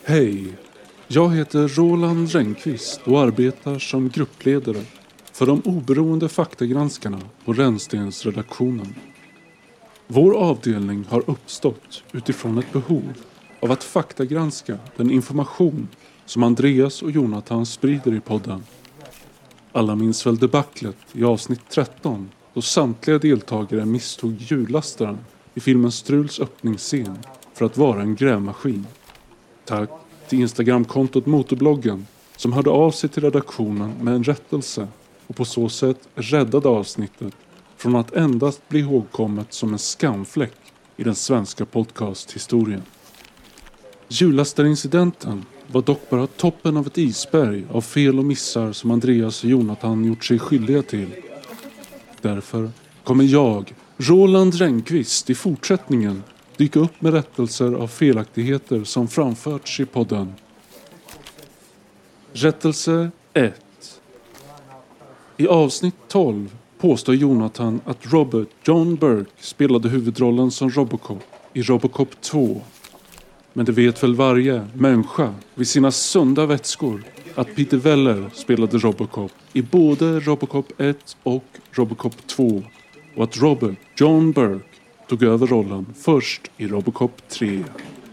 Hej, jag heter Roland Rehnqvist och arbetar som gruppledare för de oberoende faktagranskarna på Rännstensredaktionen. Vår avdelning har uppstått utifrån ett behov av att faktagranska den information som Andreas och Jonathan sprider i podden. Alla minns väl debaclet i avsnitt 13 då samtliga deltagare misstog hjullastaren i filmen Struls öppningsscen för att vara en grävmaskin. Tack till Instagramkontot Motorbloggen som hörde av sig till redaktionen med en rättelse och på så sätt räddade avsnittet från att endast bli ihågkommet som en skamfläck i den svenska podcasthistorien. Hjullastarincidenten var dock bara toppen av ett isberg av fel och missar som Andreas och Jonathan gjort sig skyldiga till. Därför kommer jag, Roland Rehnqvist, i fortsättningen dyka upp med rättelser av felaktigheter som framförts i podden. Rättelse 1. I avsnitt 12 påstår Jonathan att Robert John Burke spelade huvudrollen som Robocop i Robocop 2. Men det vet väl varje människa vid sina sunda vätskor att Peter Weller spelade Robocop i både Robocop 1 och Robocop 2 och att Robert John Burke tog över rollen först i Robocop 3.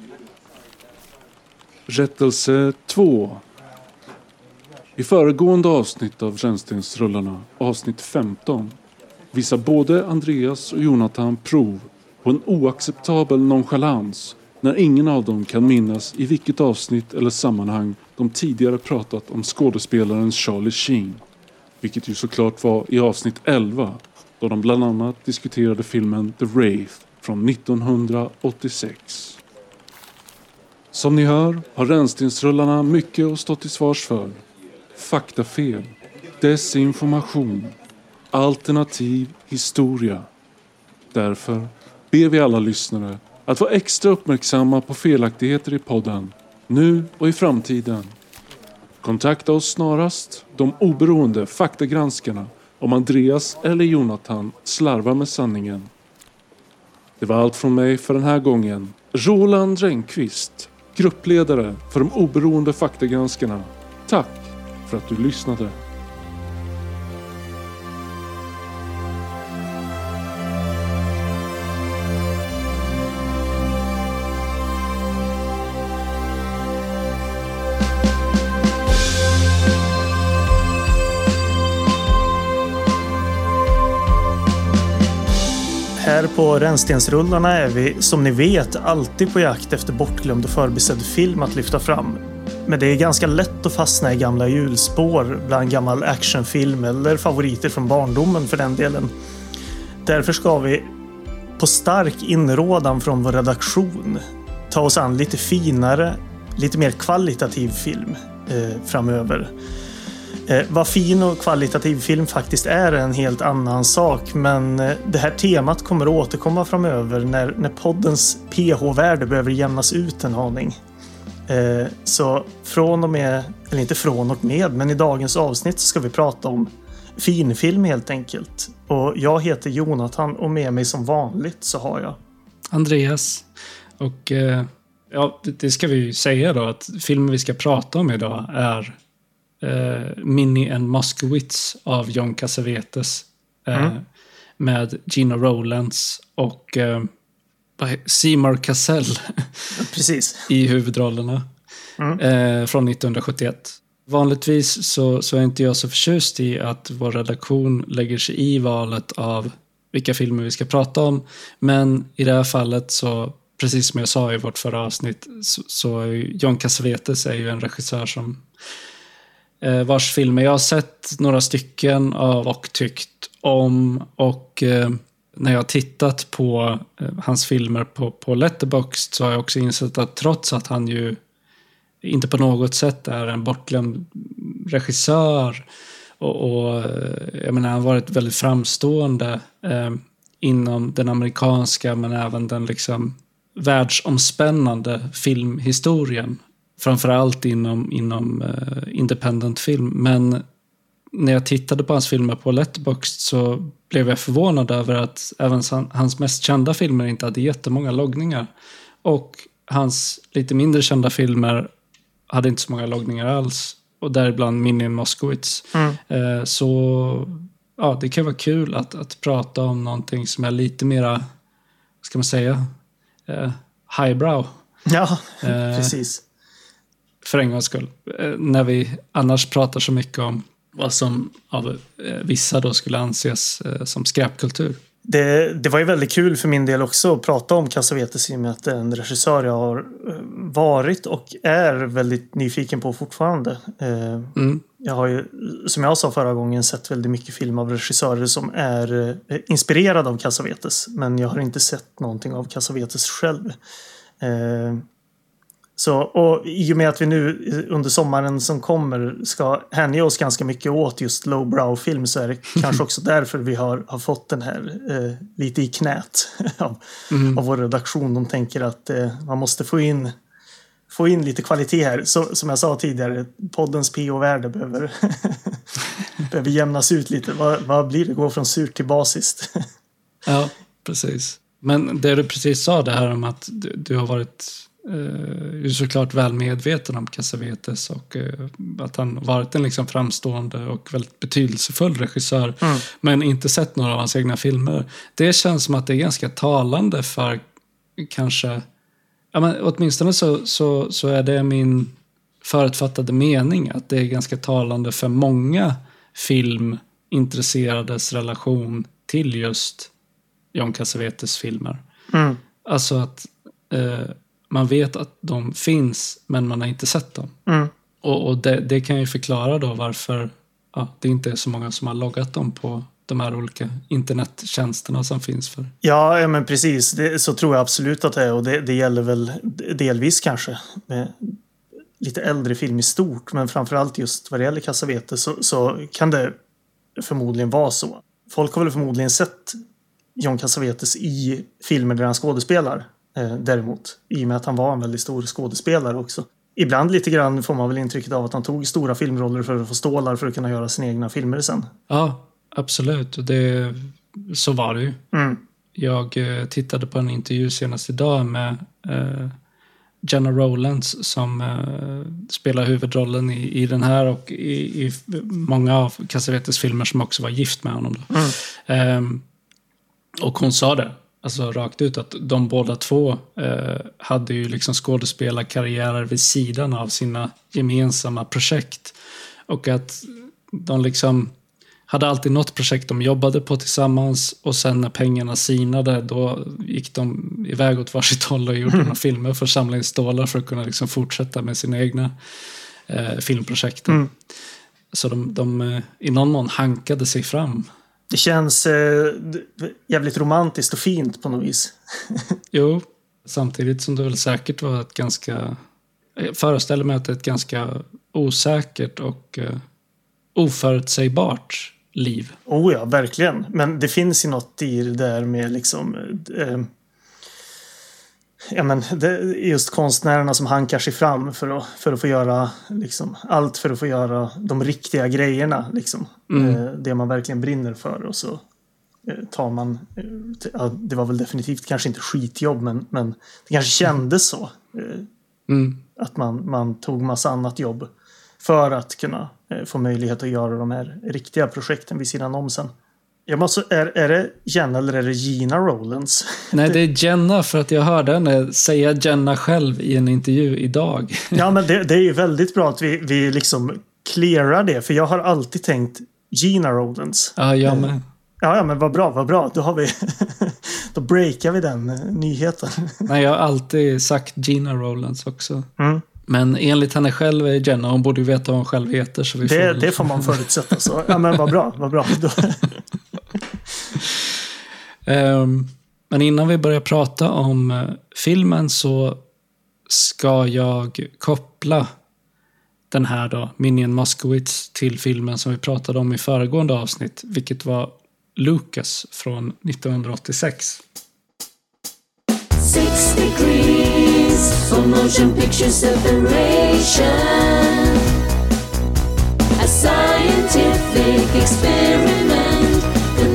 Rättelse 2. I föregående avsnitt av Rännstensrullarna, avsnitt 15, visar både Andreas och Jonathan prov på en oacceptabel nonchalans när ingen av dem kan minnas i vilket avsnitt eller sammanhang de tidigare pratat om skådespelaren Charlie Sheen, vilket ju såklart var i avsnitt 11 då de bland annat diskuterade filmen The Wraith från 1986. Som ni hör har Rännstensrullarna mycket att stå till svars för. Faktafel, desinformation, alternativ historia. Därför ber vi alla lyssnare att vara extra uppmärksamma på felaktigheter i podden, nu och i framtiden. Kontakta oss snarast, de oberoende faktagranskarna, om Andreas eller Jonathan slarvar med sanningen. Det var allt från mig för den här gången. Roland Rehnqvist, gruppledare för de oberoende faktagranskarna. Tack för att du lyssnade. Här på Rännstensrullarna är vi, som ni vet, alltid på jakt efter bortglömd och förbisedd film att lyfta fram. Men det är ganska lätt att fastna i gamla hjulspår bland gammal actionfilm eller favoriter från barndomen för den delen. Därför ska vi på stark inrådan från vår redaktion ta oss an lite finare, lite mer kvalitativ film framöver. Vad fin och kvalitativ film faktiskt är en helt annan sak, men det här temat kommer att återkomma framöver när poddens pH-värde behöver jämnas ut en aning. Så från och med, eller inte från och med, men i dagens avsnitt ska vi prata om finfilm helt enkelt. Och jag heter Jonathan och med mig som vanligt så har jag Andreas. Och ja, det ska vi ju säga då att filmen vi ska prata om idag är Minnie and Moskowitz av John Cassavetes med Gina Rowlands och Seymour Cassel precis i huvudrollerna från 1971. Vanligtvis så är inte jag så förtjust i att vår redaktion lägger sig i valet av vilka filmer vi ska prata om, men i det här fallet så, precis som jag sa i vårt förra avsnitt, så är John Cassavetes är ju en regissör som vars filmer jag har sett några stycken av och tyckt om, och när jag har tittat på hans filmer på Letterboxd så har jag också insett att trots att han ju inte på något sätt är en bortglömd regissör och jag menar, han har varit väldigt framstående inom den amerikanska men även den liksom världsomspännande filmhistorien, framförallt inom independent film. Men när jag tittade på hans filmer på Letterboxd så blev jag förvånad över att även hans mest kända filmer inte hade jättemånga loggningar. Och hans lite mindre kända filmer hade inte så många loggningar alls. Och däribland Minion Moskowitz. Så ja, det kan vara kul att prata om någonting som är lite mera, vad ska man säga, highbrow. Ja, precis. För en gångs skull. När vi annars pratar så mycket om vad som av vissa då skulle anses som skräpkultur. Det var ju väldigt kul för min del också att prata om Cassavetes i och med att det är en regissör jag har varit och är väldigt nyfiken på fortfarande. Jag har ju, som jag sa förra gången, sett väldigt mycket film av regissörer som är inspirerade av Cassavetes, men jag har inte sett någonting av Cassavetes själv. Så, och i och med att vi nu under sommaren som kommer ska hänga oss ganska mycket åt just lowbrow-film, så är det kanske också därför vi har fått den här lite i knät av vår redaktion. De tänker att man måste få in lite kvalitet här. Så, som jag sa tidigare, poddens PO-värde behöver jämnas ut lite. Vad blir det? Gå från surt till basiskt. Ja, precis. Men det du precis sa det här om att du har varit är såklart väl medveten om Cassavetes och att han varit en liksom framstående och väldigt betydelsefull regissör, men inte sett några av hans egna filmer. Det känns som att det är ganska talande för kanske, ja, men åtminstone så är det min förutfattade mening att det är ganska talande för många filmintresserades relation till just John Cassavetes filmer. Alltså att man vet att de finns, men man har inte sett dem. Och det kan ju förklara då varför det inte är så många som har loggat dem på de här olika internettjänsterna som finns för. Ja, men precis. Så tror jag absolut att det är. Och det gäller väl delvis kanske med lite äldre film i stort. Men framförallt just vad det gäller Cassavetes så kan det förmodligen vara så. Folk har väl förmodligen sett John Cassavetes i filmer där han skådespelar. Däremot, i och med att han var en väldigt stor skådespelare också. Ibland lite grann får man väl intrycket av att han tog stora filmroller för att få stålar för att kunna göra sina egna filmer sen. Ja, absolut. Så var det ju. Jag tittade på en intervju senast idag med Jenna Rowlands som spelar huvudrollen i den här och i många av Cassavetes filmer, som också var gift med honom då. Och hon sa det, alltså rakt ut, att de båda två hade ju liksom skådespelarkarriärer vid sidan av sina gemensamma projekt. Och att de liksom hade alltid något projekt de jobbade på tillsammans, och sen när pengarna sinade, då gick de iväg åt varsitt håll och gjorde några filmer för att samla in stålar för att kunna liksom fortsätta med sina egna filmprojekt. Så de i någon mån hankade sig fram. Det känns jävligt romantiskt och fint på något vis. Jo, samtidigt som det väl säkert var ett ganska... Jag föreställer mig att det är ett ganska osäkert och oförutsägbart liv. Oh ja, verkligen. Men det finns ju något i det där med liksom... just konstnärerna som hankar sig fram för att få göra liksom, allt för att få göra de riktiga grejerna liksom. Det man verkligen brinner för, och så tar man det var väl definitivt kanske inte skitjobb, men det kanske kändes så att man tog massa annat jobb för att kunna få möjlighet att göra de här riktiga projekten vid sidan om sen. Är det Jenna eller är det Gina Rowlands? Nej, det är Jenna, för att jag hörde henne säga Jenna själv i en intervju idag. Ja, men det är ju väldigt bra att vi liksom clearar det, för jag har alltid tänkt Gina Rowlands. Ja, jag med. Ja, men vad bra. Då har vi då breakar vi den nyheten. Nej, jag har alltid sagt Gina Rowlands också. Men enligt henne själv är Jenna, hon borde ju veta vad hon själv heter. Så det får man förutsätta. Så. Ja, men vad bra. Men innan vi börjar prata om filmen så ska jag koppla den här då, Minion Moskowitz, till filmen som vi pratade om i föregående avsnitt, vilket var Lucas från 1986. 6 degrees for motion picture separation. A scientific experiment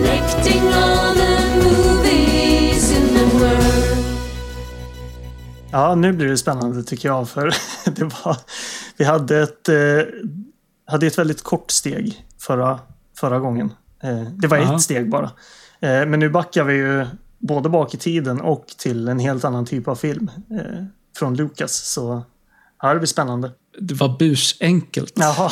connecting all the movies in the world. Ja, nu blir det spännande tycker jag, för vi hade ett väldigt kort steg förra gången. Det var ett steg bara. Men nu backar vi ju både bak i tiden och till en helt annan typ av film från Lucas, så här är det spännande. Det var busenkelt. Jaha.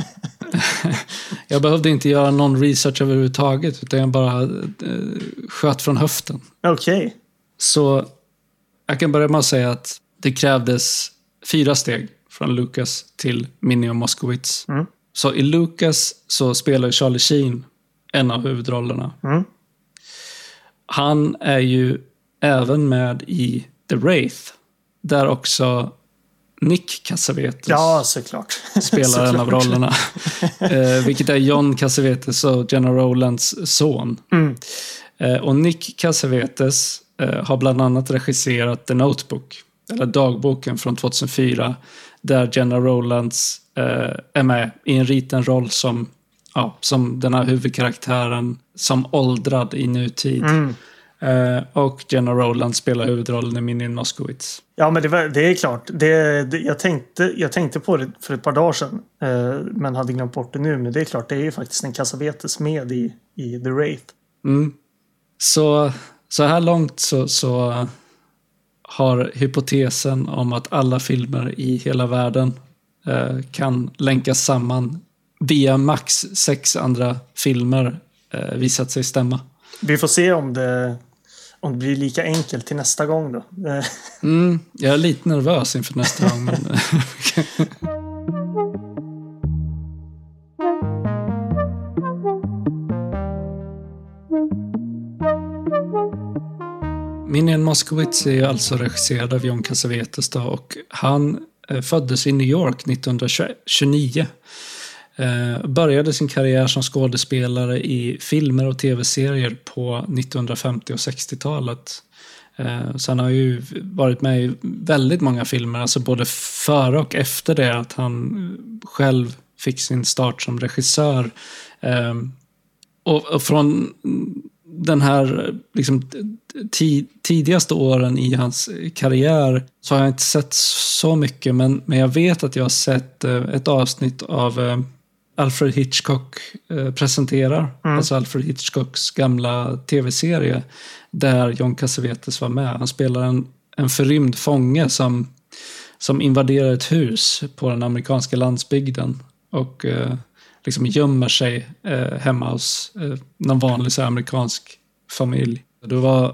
Jag behövde inte göra någon research överhuvudtaget, utan jag bara sköt från höften. Okej. Så jag kan börja med att säga att det krävdes 4 steg från Lucas till Minnie och Moskowitz. Mm. Så i Lucas så spelar Charlie Sheen en av huvudrollerna. Mm. Han är ju även med i The Wraith, där också Nick Cassavetes såklart. spelar en av rollerna. Vilket är John Cassavetes och Gena Rowlands son. Mm. Och Nick Cassavetes har bland annat regisserat The Notebook, eller dagboken från 2004, där Gena Rowlands är med i en liten roll som den här huvudkaraktären som åldrad i nutid. Mm. Och Gena Rowlands spelar huvudrollen i Minnie Moskowitz. Ja, men det är klart. Jag tänkte på det för ett par dagar sedan, men hade glömt bort det nu. Men det är klart, det är ju faktiskt en Cassavetes med i The Wraith. Mm. Så här långt så har hypotesen om att alla filmer i hela världen kan länkas samman via max 6 andra filmer visat sig stämma. Vi får se om det blir lika enkelt till nästa gång då. Jag är lite nervös inför nästa gång. Men Minnie Moskowitz är alltså regisserad av John Cassavetes då, och han föddes i New York 1929. Började sin karriär som skådespelare i filmer och tv-serier på 1950- och 60-talet. Så han har ju varit med i väldigt många filmer, alltså både före och efter det att han själv fick sin start som regissör. Och från den här liksom tidigaste åren i hans karriär så har jag inte sett så mycket, men jag vet att jag har sett ett avsnitt av Alfred Hitchcock presenterar, alltså Alfred Hitchcocks gamla tv-serie där John Cassavetes var med. Han spelar en förrymd fånge som invaderar ett hus på den amerikanska landsbygden och liksom gömmer sig hemma hos någon vanlig så amerikansk familj. Det var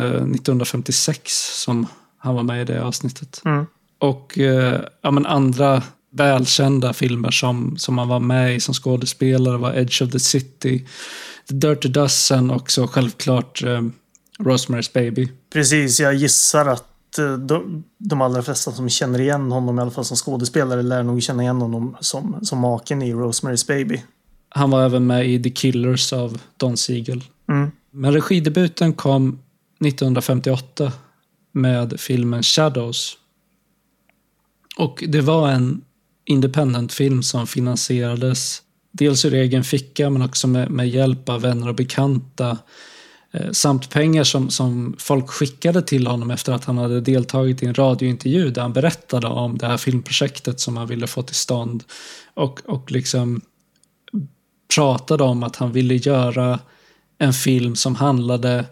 1956 som han var med i det avsnittet. Och andra välkända filmer som han var med i som skådespelare var Edge of the City, The Dirty Dozen och så självklart Rosemary's Baby. Precis, jag gissar att de allra flesta som känner igen honom i alla fall som skådespelare lär nog känna igen honom som maken i Rosemary's Baby. Han var även med i The Killers av Don Siegel. Men regidebuten kom 1958 med filmen Shadows. Och det var en independent-film som finansierades dels ur egen ficka men också med hjälp av vänner och bekanta samt pengar som folk skickade till honom efter att han hade deltagit i en radiointervju där han berättade om det här filmprojektet som han ville få till stånd och liksom pratade om att han ville göra en film som handlade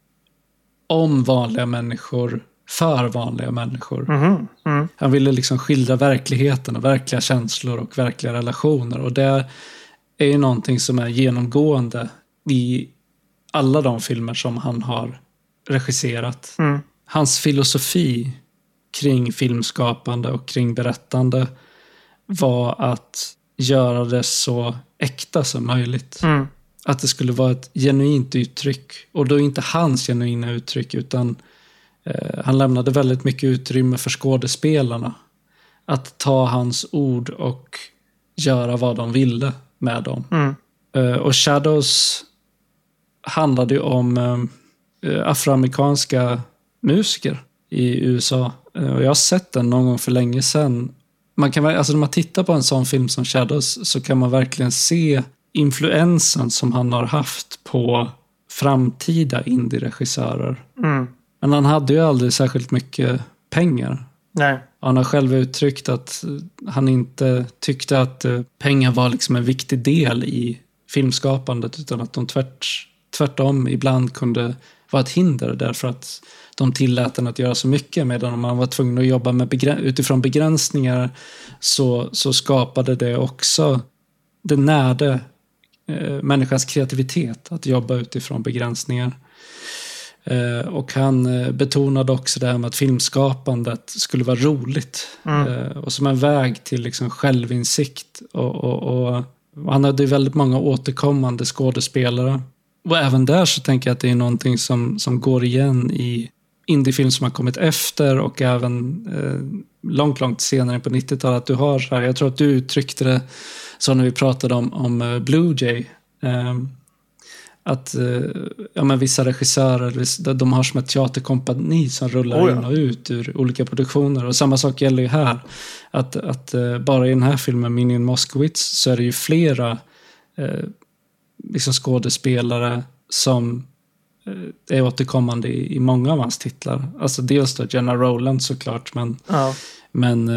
om vanliga människor för vanliga människor. Han ville liksom skildra verkligheten och verkliga känslor och verkliga relationer, och det är ju någonting som är genomgående i alla de filmer som han har regisserat. Hans filosofi kring filmskapande och kring berättande var att göra det så äkta som möjligt. Att det skulle vara ett genuint uttryck, och då inte hans genuina uttryck utan han lämnade väldigt mycket utrymme för skådespelarna att ta hans ord och göra vad de ville med dem. Och Shadows handlade ju om afroamerikanska musiker i USA. Och jag har sett den någon gång för länge sedan. När man tittar på en sån film som Shadows så kan man verkligen se influensen som han har haft på framtida indie-regissörer. Men han hade ju aldrig särskilt mycket pengar. Nej. Han har själv uttryckt att han inte tyckte att pengar var liksom en viktig del i filmskapandet, utan att de tvärtom ibland kunde vara ett hinder därför att de tillät en att göra så mycket, medan om man var tvungen att jobba med utifrån begränsningar så skapade det också, det närde människans kreativitet att jobba utifrån begränsningar. Och han betonade också det här med att filmskapandet skulle vara roligt och som en väg till liksom självinsikt och han hade ju väldigt många återkommande skådespelare, och även där så tänker jag att det är någonting som går igen i indiefilm som har kommit efter, och även långt senare på 90-talet att du har så här, jag tror att du uttryckte det så när vi pratade om Blue Jay, att men vissa regissörer, de har som ett teaterkompani som rullar in och ut ur olika produktioner, och samma sak gäller ju här, att bara i den här filmen Minion Moskowitz så är det ju flera liksom skådespelare som är återkommande i många av hans titlar. Alltså dels då Jenna Rowland såklart, men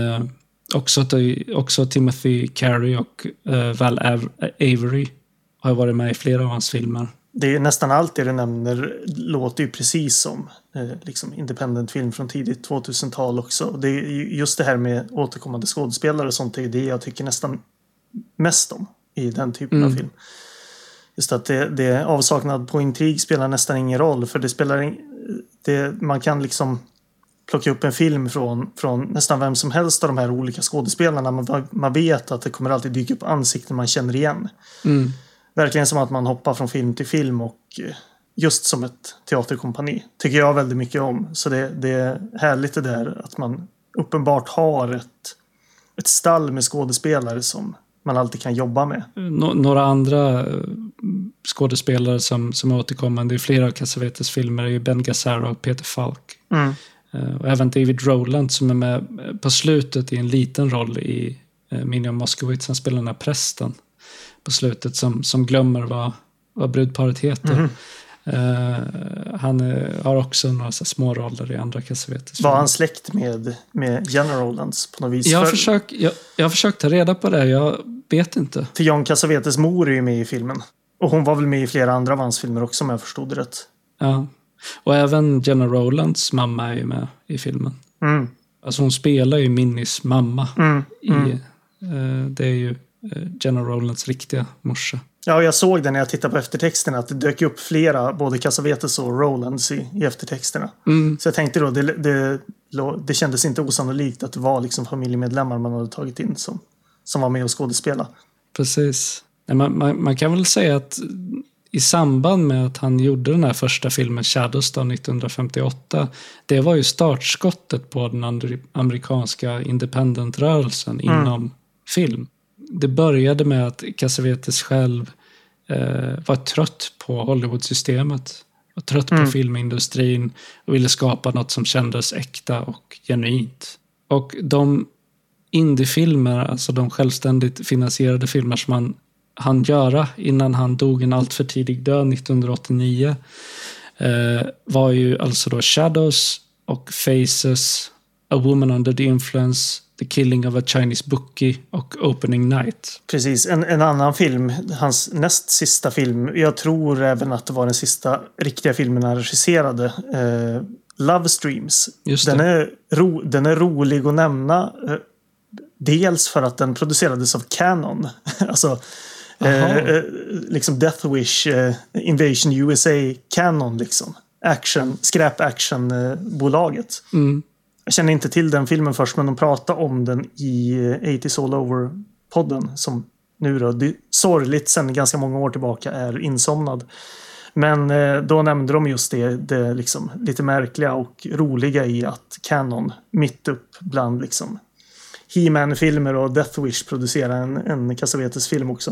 också Timothy Carey och Val Avery har varit med i flera av hans filmer. Det är nästan allt det du nämner låter ju precis som liksom independent film från tidigt 2000-tal också. Det är just det här med återkommande skådespelare och sånt, är det jag tycker nästan mest om i den typen av film. Just att det avsaknad på intrig spelar nästan ingen roll, för man kan liksom plocka upp en film från nästan vem som helst av de här olika skådespelarna. Man vet att det kommer alltid dyka upp ansikten man känner igen. Verkligen som att man hoppar från film till film, och just som ett teaterkompani tycker jag väldigt mycket om. Så det är härligt det där att man uppenbart har ett stall med skådespelare som man alltid kan jobba med. Några andra skådespelare som återkommande i flera av Cassavetes filmer är ju Ben Gazzara och Peter Falk. Och även David Rowland som är med på slutet i en liten roll i Minion Moskowitz. Han spelar den här prästen på slutet som glömmer vad brudparet heter. Han har också några så små roller i andra Cassavetes. Var han släkt med Jenna Rowlands på något vis? Jag har försökt ta reda på det. Jag vet inte. För John Cassavetes mor är ju med i filmen. Och hon var väl med i flera andra av hans filmer också, om jag förstod det rätt. Ja. Och även Jenna Rowlands mamma är ju med i filmen. Alltså hon spelar ju Minnies mamma. Det är ju Jenna Rowlands riktiga morsa. Ja, och jag såg det när jag tittade på eftertexterna att det dök upp flera, både Cassavetes och Rowlands i eftertexterna. Så jag tänkte då, det kändes inte osannolikt att det var liksom familjemedlemmar man hade tagit in som var med och skådespela. Precis. Man kan väl säga att i samband med att han gjorde den här första filmen Shadows då, 1958, det var ju startskottet på den amerikanska independent-rörelsen inom film. Det började med att Cassavetes själv var trött på Hollywood-systemet och trött på filmindustrin och ville skapa något som kändes äkta och genuint. Och de indiefilmer, alltså de självständigt finansierade filmer som han göra innan han dog en allt för tidig död 1989 var ju alltså då Shadows och Faces, A Woman Under the Influence, The Killing of a Chinese Bookie och Opening Night. Precis, en annan film, hans näst sista film, jag tror även att det var den sista riktiga filmen han regisserade, Love Streams. Den är rolig att nämna, dels för att den producerades av Canon, alltså liksom Death Wish, Invasion USA, Canon liksom, skräp-action-bolaget. Jag känner inte till den filmen först, men de pratade om den i 80s All Over-podden som nu då, sorgligt sen ganska många år tillbaka är insomnad. Men då nämnde de just det liksom lite märkliga och roliga i att Canon mitt upp bland liksom He-Man-filmer och Death Wish producerar en Cassavetes-film också.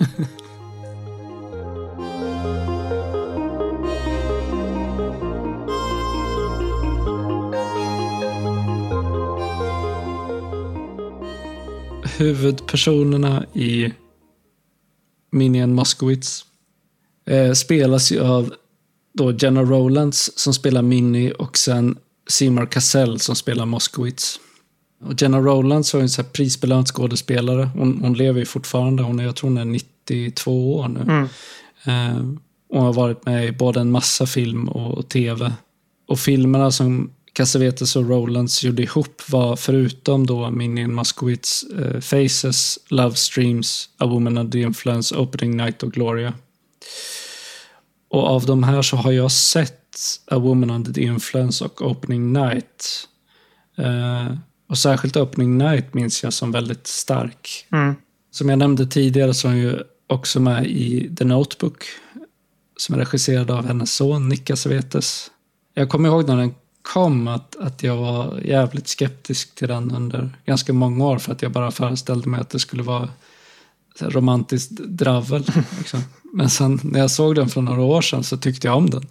Huvudpersonerna i Minion Moskowitz spelas ju av då Jenna Rowlands som spelar Minnie, och sen Seymour Cassel som spelar Moskowitz. Och Jenna Rowlands var en så här prisbelönt skådespelare. Hon lever ju fortfarande. Jag tror hon är 92 år nu. Och har varit med i både en massa film och tv. Och filmerna som Cassavetes och Rowlands gjorde ihop var, förutom då Minion Moskowitz, Faces, Love Streams, A Woman Under the Influence, Opening Night och Gloria. Och av de här så har jag sett A Woman Under the Influence och Opening Night. Och särskilt Opening Night minns jag som väldigt stark. Som jag nämnde tidigare så är hon ju också med i The Notebook, som är regisserad av hennes son Nick Cassavetes. Jag kommer ihåg när den kom att jag var jävligt skeptisk till den under ganska många år, för att jag bara föreställde mig att det skulle vara romantiskt dravel. Liksom. Men sen när jag såg den för några år sedan så tyckte jag om den.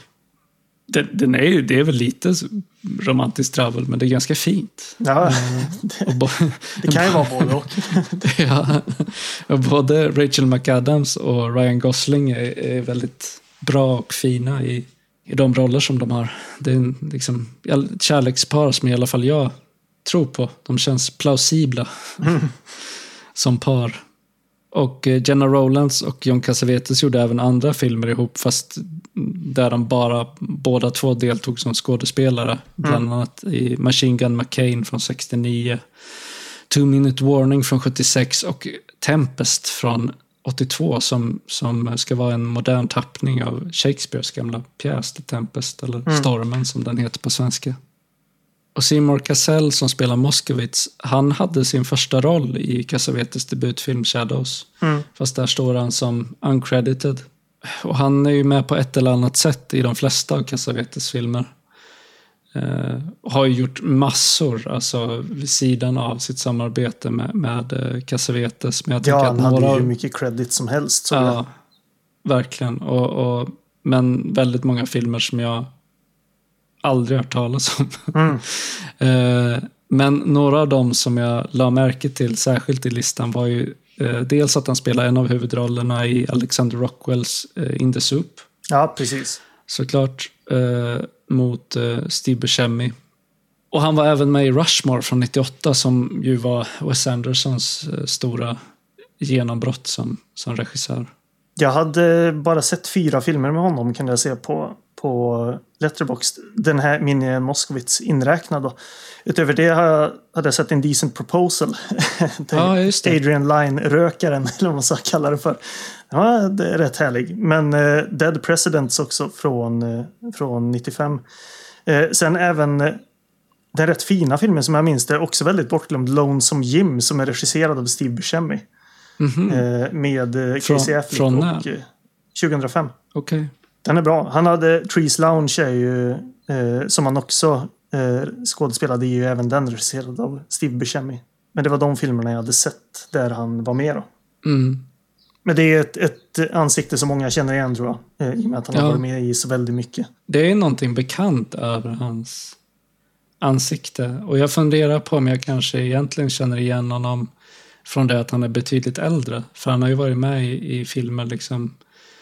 Det är väl lite romantiskt dravel, men det är ganska fint. Ja, det kan ju vara både och. Ja, och både Rachel McAdams och Ryan Gosling är väldigt bra och fina i de roller som de har. Det är liksom ett kärlekspar som i alla fall jag tror på. De känns plausibla som par. Och Jenna Rowlands och John Cassavetes gjorde även andra filmer ihop, fast där de båda två deltog som skådespelare. Bland annat i Machine Gun McCain från 69, 2 Minute Warning från 76 och Tempest från 82 som ska vara en modern tappning av Shakespeares gamla pjäs The Tempest, eller Stormen som den heter på svenska. Och Seymour Cassel som spelar Moskowitz, han hade sin första roll i Cassavetes debutfilm Shadows. Fast där står han som uncredited. Och han är ju med på ett eller annat sätt i de flesta av Cassavetes filmer. Har ju gjort massor, alltså vid sidan av sitt samarbete med Cassavetes. Men jag tycker han hade ju mycket credit som helst. Så ja, verkligen. Men väldigt många filmer som jag aldrig hört talas om. Men några av dem som jag la märke till särskilt i listan var ju dels att han spelar en av huvudrollerna i Alexander Rockwells In the Soup. Ja, precis. Såklart mot Steve Buscemi. Och han var även med i Rushmore från 98 som ju var Wes Andersons stora genombrott som regissör. Jag hade bara sett 4 filmer med honom, kan jag se på Letterboxd. Den här Minion Moskowitz inräknad då. Utöver det hade jag sett en Decent Proposal. Ja, just det. Adrian Lyne-rökaren, eller vad man ska kalla det för. Ja, det är rätt härlig. Men Dead Presidents också från 95. Sen även den rätt fina filmen som jag minns, det är också väldigt bortglömd, Lonesome Jim, som är regisserad av Steve Buscemi. Med Casey Affleck och 2005. Okej. Den är bra. Han hade Trees Lounge är ju, som han också skådespelade, är ju även den regisserad av Steve Buscemi. Men det var de filmerna jag hade sett där han var med då. Men det är ett ansikte som många känner igen, tror jag. I och med att han har varit med i så väldigt mycket. Det är någonting bekant över hans ansikte. Och jag funderar på om jag kanske egentligen känner igen honom från det att han är betydligt äldre. För han har ju varit med i filmer liksom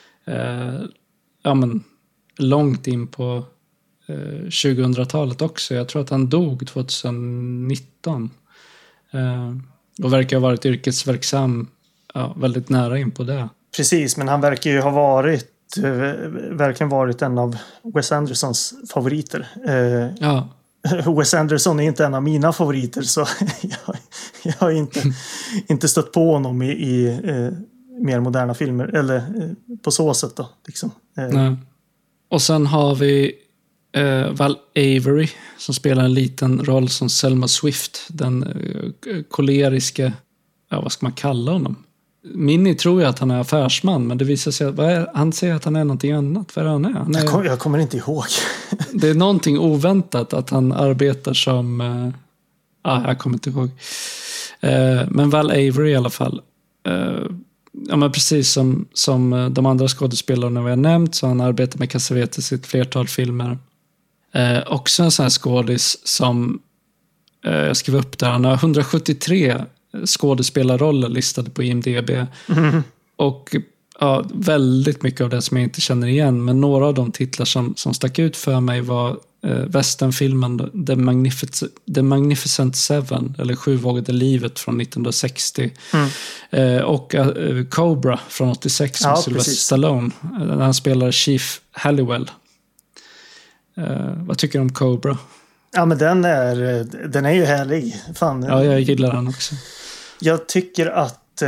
långt in på 2000-talet också. Jag tror att han dog 2019. Och verkar ha varit yrkesverksam väldigt nära in på det. Precis, men han verkar ju ha verkligen varit en av Wes Andersons favoriter. Wes Anderson är inte en av mina favoriter, så jag har inte stött på honom i mer moderna filmer, eller på så sätt då liksom. Nej. Och sen har vi Val Avery som spelar en liten roll som Selma Swift, den koleriska, vad ska man kalla honom? Minnie tror jag att han är affärsman, men det visar sig att han säger att han är någonting annat. Vad är han är? Jag kommer inte ihåg. Det är någonting oväntat att han arbetar som jag kommer inte ihåg. Men Val Avery i alla fall. Men precis som de andra skådespelarna vi har nämnt, så han arbetar med Cassavetes i ett flertal filmer. Också en sån här skådis som jag skrev upp där. Han har 173 skådespelarroller listade på IMDb. Och väldigt mycket av det som jag inte känner igen. Men några av de titlar som stack ut för mig var westernfilmen The Magnificent Seven, eller Sjuvågade livet från 1960. Och Cobra från 86 med Sylvester Stallone. När han spelar Chief Halliwell. Vad tycker du om Cobra? Ja, men den är ju härlig. Fan. Ja, jag gillar den också. Jag tycker att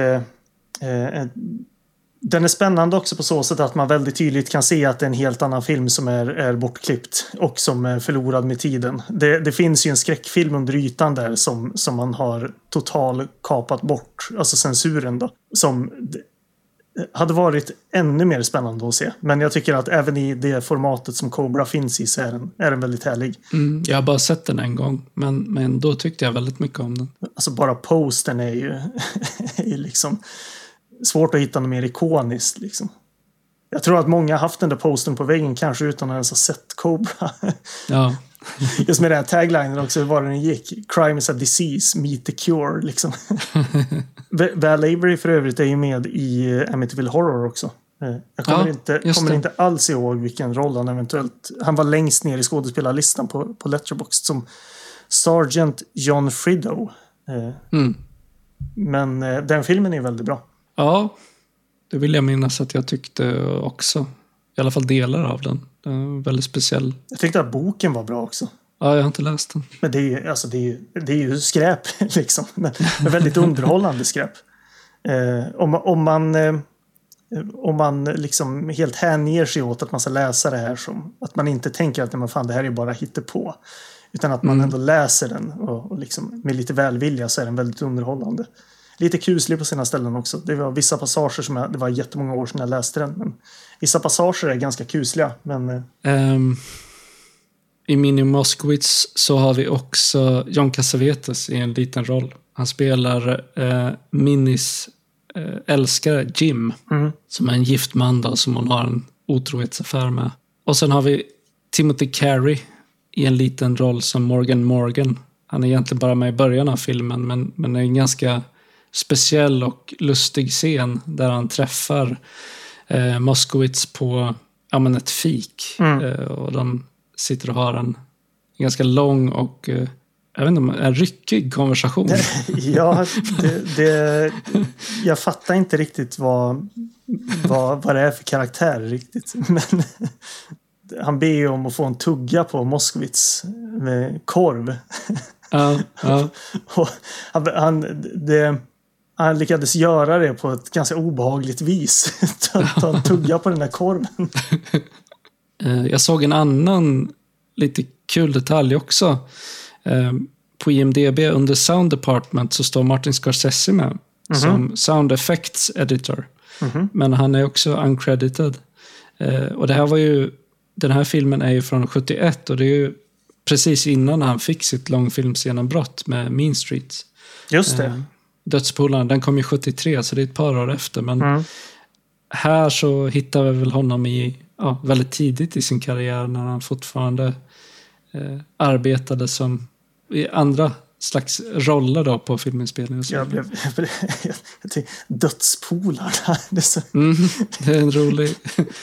den är spännande också på så sätt att man väldigt tydligt kan se att det är en helt annan film som är bortklippt och som är förlorad med tiden. Det finns ju en skräckfilm under ytan där som man har total kapat bort, alltså censuren då, som hade varit ännu mer spännande att se. Men jag tycker att även i det formatet som Cobra finns i så är den väldigt härlig. Jag har bara sett den en gång, men då tyckte jag väldigt mycket om den. Alltså bara postern är ju liksom svårt att hitta något mer ikoniskt liksom. Jag tror att många har haft den där posten på väggen kanske utan att ens ha sett Cobra. Ja. Just med den här taglinen också, var den gick. Crime is a disease, meet the cure liksom. Val Avery för övrigt är ju med i Amityville Horror också. Jag kommer inte alls ihåg vilken roll han eventuellt... Han var längst ner i skådespelarlistan på Letterboxd som Sergeant John Fridow. Men den filmen är väldigt bra. Ja, det vill jag minnas att jag tyckte också. I alla fall delar av den. Den är väldigt speciell. Jag tyckte att boken var bra också. Ja, jag har inte läst den. Men det är ju skräp liksom. Men väldigt underhållande skräp. Om man liksom helt hänger sig åt att man ska läsa det här som att man inte tänker att det här är bara hittepå. Utan att man ändå läser den och liksom, med lite välvilja så är den väldigt underhållande. Lite kuslig på sina ställen också. Det var vissa passager det var jättemånga år sedan jag läste den. Men vissa passager är ganska kusliga. Men... I Minnie Moskowitz så har vi också John Cassavetes i en liten roll. Han spelar Minnies älskare Jim. Som är en gift man då, som hon har en otrohetsaffär med. Och sen har vi Timothy Carey i en liten roll som Morgan. Han är egentligen bara med i början av filmen, men är en ganska speciell och lustig scen där han träffar Moskowitz på ett fik. Och de sitter och har en ganska lång och jag vet inte, en ryckig konversation. Ja, jag fattar inte riktigt vad det är för karaktär riktigt. Men han ber ju om att få en tugga på Moskowitz med korv. Ja. Och han lyckades göra det på ett ganska obehagligt vis. Ta en tugga på den där korven. Jag såg en annan lite kul detalj också. På IMDb under Sound Department så står Martin Scorsese med som Sound Effects Editor. Men han är också uncredited. Och det här var ju, den här filmen är ju från 71 och det är ju precis innan han fick sitt långfilmsgenombrott med Mean Streets. Just det. Dödspolarna, den kom ju 73 så det är ett par år efter. Men här så hittar vi väl honom väldigt tidigt i sin karriär när han fortfarande arbetade som i andra slags roller då på filminspelningen. Jag tänkte, dödspolarna. Det är en rolig...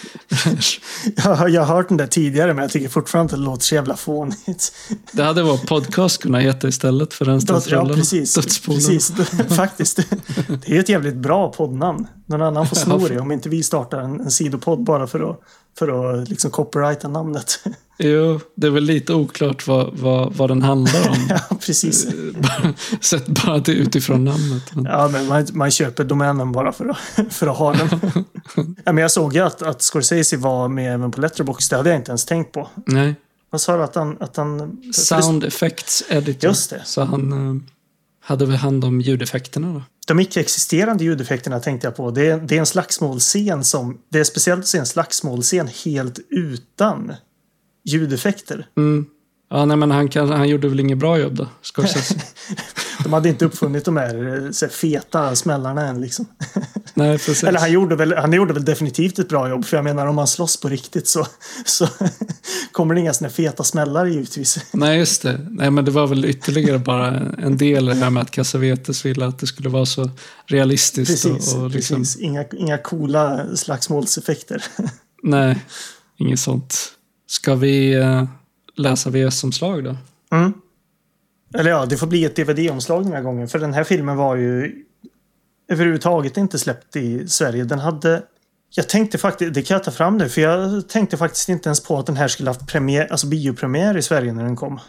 Jag har hört den där tidigare, men jag tycker fortfarande att det låter så jävla fånigt. Det hade vår podcast kunnat heta istället för den stadsrollen. Ja, precis. Faktiskt. Det är ett jävligt bra poddnamn. Någon annan får sno det om inte vi startar en sidopodd bara för att liksom copyrighta namnet. Jo, det är väl lite oklart vad den handlar om. Ja, precis. Sett bara det utifrån namnet. Ja, men man köper domänen bara för att ha den. Ja, men jag såg ju att Scorsese var med även på Letterboxd. Det hade jag inte ens tänkt på. Nej. Vad sa du att han... Sound Effects Editor. Just det. Så han hade väl hand om ljudeffekterna då? De icke-existerande ljudeffekterna tänkte jag på. Det är en slagsmålscen det är speciellt att se en slagsmålscen helt utan ljudeffekter. Ja, nej, men han gjorde väl inget bra jobb då, Scorsese. De hade inte uppfunnit de här så feta smällarna än liksom. Nej, precis. Eller han gjorde väl definitivt ett bra jobb, för jag menar om man slåss på riktigt så kommer det inga såna feta smällar givetvis. Nej, just det. Nej, men det var väl ytterligare bara en del i det här med att Cassavetes ville att det skulle vara så realistiskt. Precis. Inga coola slagsmålseffekter. Nej, inget sånt. Ska vi läsa VS-omslag då. Mm. Eller ja, det får bli ett DVD-omslag den här gången. För den här filmen var ju överhuvudtaget inte släppt i Sverige. Den hade... Jag tänkte faktiskt... Det kan jag ta fram nu. För jag tänkte faktiskt inte ens på att den här skulle haft biopremiär i Sverige när den kom.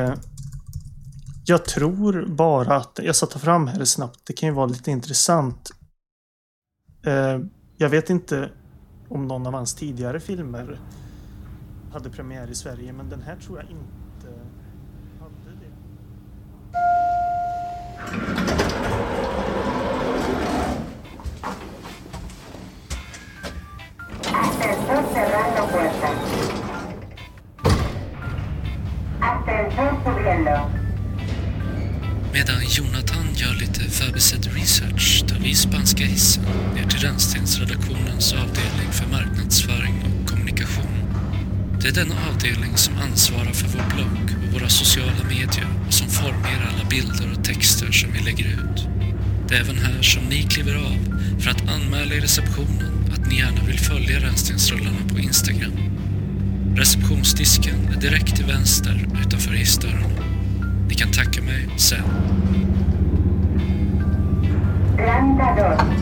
Jag tror bara att... Jag ska ta fram här snabbt. Det kan ju vara lite intressant. Jag vet inte om någon av hans tidigare filmer hade premiär i Sverige. Men den här tror jag inte hade det. Ascensor cerrando puertas. Ascensor subiendo. Medan Jonathan gör lite förbisedd research tar vi spanska hissen ner till Rännstensredaktionens avdelning för marknadsföring och kommunikation. Det är denna avdelning som ansvarar för vår blogg och våra sociala medier och som formar alla bilder och texter som vi lägger ut. Det är även här som ni kliver av för att anmäla i receptionen att ni gärna vill följa Rännstensrullarna på Instagram. Receptionsdisken är direkt till vänster utanför hissdörren. Ni kan tacka mig sen. Planta 2.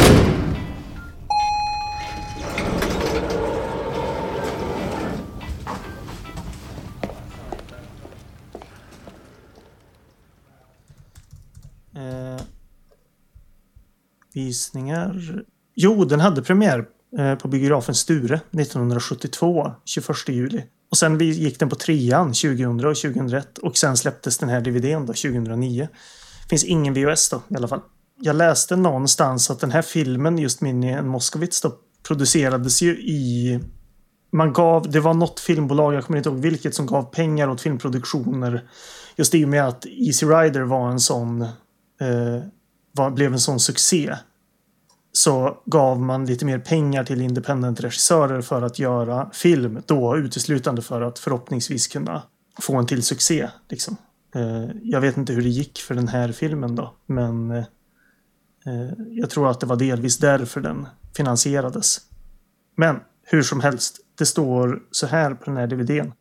Visningar. Jo, den hade premiär på biografen Sture 1972, 21 juli. Och sen gick den på 3an 2000 och 2001. Och sen släpptes den här DVDn då 2009. Finns ingen VHS då i alla fall. Jag läste någonstans att den här filmen, just Minnie and Moskowitz då, producerades ju i... Det var något filmbolag, jag kommer inte ihåg vilket, som gav pengar åt filmproduktioner. Just i och med att Easy Rider var en sån... blev en sån succé, så gav man lite mer pengar till independent-regissörer för att göra film då, uteslutande för att förhoppningsvis kunna få en till succé liksom. Jag vet inte hur det gick för den här filmen då, men jag tror att det var delvis därför den finansierades. Men hur som helst, det står så här på den här DVDn.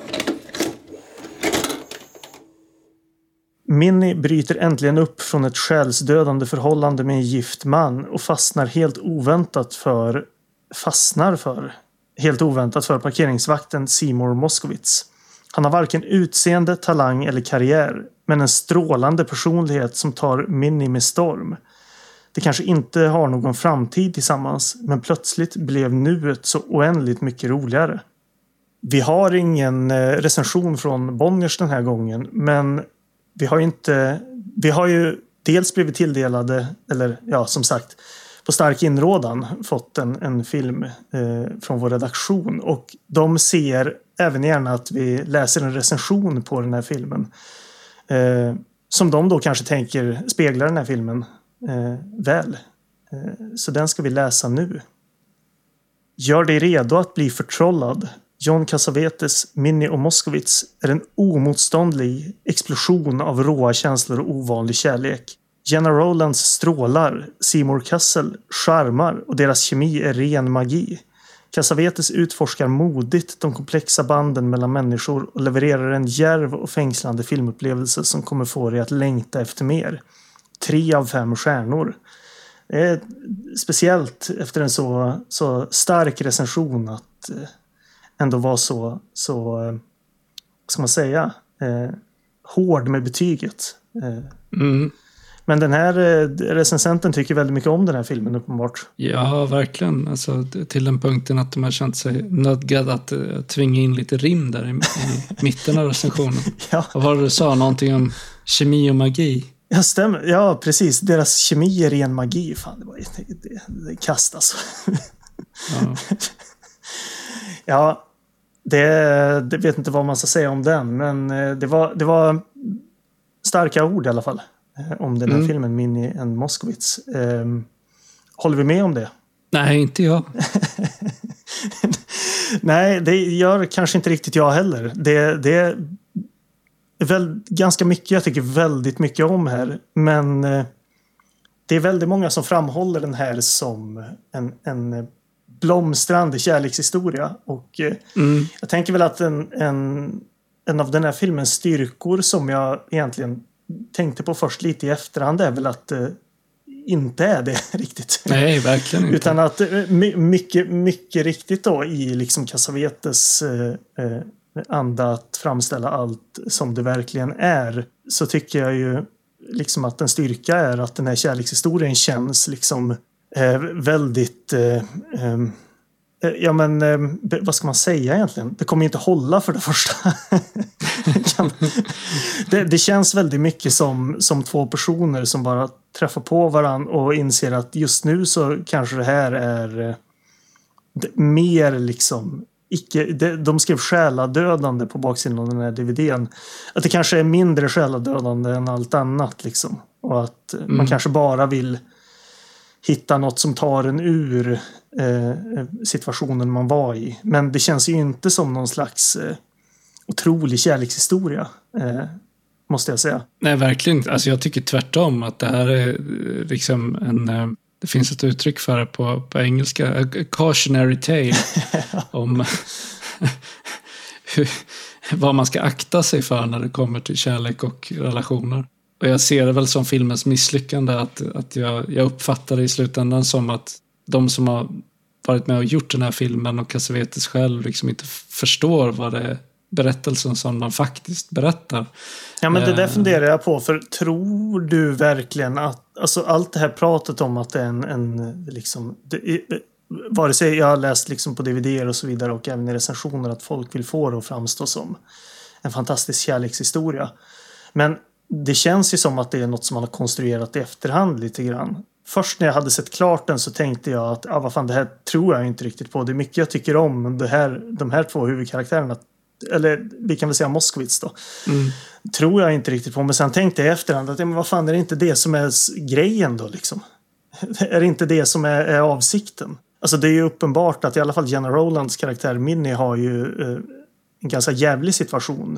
Minnie bryter äntligen upp från ett själsdödande förhållande med en gift man och fastnar helt oväntat för parkeringsvakten Seymour Moskowitz. Han har varken utseende, talang eller karriär, men en strålande personlighet som tar Minnie med storm. De kanske inte har någon framtid tillsammans, men plötsligt blev nuet så oändligt mycket roligare. Vi har ingen recension från Bonniers den här gången, men vi har ju dels blivit tilldelade, eller ja, som sagt, på stark inrådan fått en film från vår redaktion, och de ser även gärna att vi läser en recension på den här filmen som de då kanske tänker speglar den här filmen väl. Så den ska vi läsa nu. Gör dig redo att bli förtrollad. John Cassavetes Minnie och Moskowitz är en omotståndlig explosion av råa känslor och ovanlig kärlek. Jenna Rowlands strålar, Seymour Cassel charmar och deras kemi är ren magi. Cassavetes utforskar modigt de komplexa banden mellan människor och levererar en djärv och fängslande filmupplevelse som kommer få dig att längta efter mer. 3 av 5 stjärnor. Det är speciellt efter en så stark recension att ändå vara så ska man säga, hård med betyget. Men den här recensenten tycker väldigt mycket om den här filmen uppenbart. Ja, verkligen. Alltså, till den punkten att de har känt sig nödgade att tvinga in lite rim där i mitten av recensionen. Ja. Och vad du sa, någonting om kemi och magi. Ja, stämmer. Ja, precis. Deras kemi är ren magi. Fan, det var det kast alltså. Ja. Ja, det vet inte vad man ska säga om den, men det var starka ord i alla fall om den här filmen Minnie and Moskowitz. Håller vi med om det? Nej, inte jag. Nej, det gör kanske inte riktigt jag heller. Det är väl ganska mycket jag tycker väldigt mycket om här, men det är väldigt många som framhåller den här som en blomstrande kärlekshistoria, och jag tänker väl att en av den här filmens styrkor som jag egentligen tänkte på först lite i efterhand är väl att inte är det riktigt. Nej, verkligen inte. Utan att mycket riktigt då i liksom Cassavetes anda att framställa allt som det verkligen är, så tycker jag ju liksom att en styrka är att den här kärlekshistorien känns liksom väldigt vad ska man säga egentligen? Det kommer ju inte hålla för det första. det känns väldigt mycket som två personer som bara träffar på varandra och inser att just nu så kanske det här är mer liksom de skrev själadödande på baksidan av den här DVD:n. Att det kanske är mindre själadödande än allt annat liksom. Och att man kanske bara vill hitta något som tar en ur situationen man var i. Men det känns ju inte som någon slags otrolig kärlekshistoria, måste jag säga. Nej, verkligen. Alltså jag tycker tvärtom att det här är liksom det finns ett uttryck för det på engelska, a cautionary tale om vad man ska akta sig för när det kommer till kärlek och relationer. Och jag ser det väl som filmens misslyckande att jag uppfattar det i slutändan som att de som har varit med och gjort den här filmen och Cassavetes själv liksom inte förstår vad det är berättelsen som de faktiskt berättar. Ja, men det där funderar jag på, för tror du verkligen att alltså allt det här pratet om att det är en liksom vare sig jag har läst liksom på DVD och så vidare och även i recensioner att folk vill få det att framstå som en fantastisk kärlekshistoria. Men det känns ju som att det är något som man har konstruerat i efterhand lite grann. Först när jag hade sett klart den så tänkte jag att vad fan, det här tror jag inte riktigt på. Det är mycket jag tycker om, men de här två huvudkaraktärerna, eller vi kan väl säga Moskowitz då, tror jag inte riktigt på. Men sen tänkte jag i efterhand att men vad fan, är det inte det som är grejen då liksom? Är det inte det som är avsikten? Alltså det är ju uppenbart att i alla fall Gena Rowlands karaktär Minnie har ju en ganska jävlig situation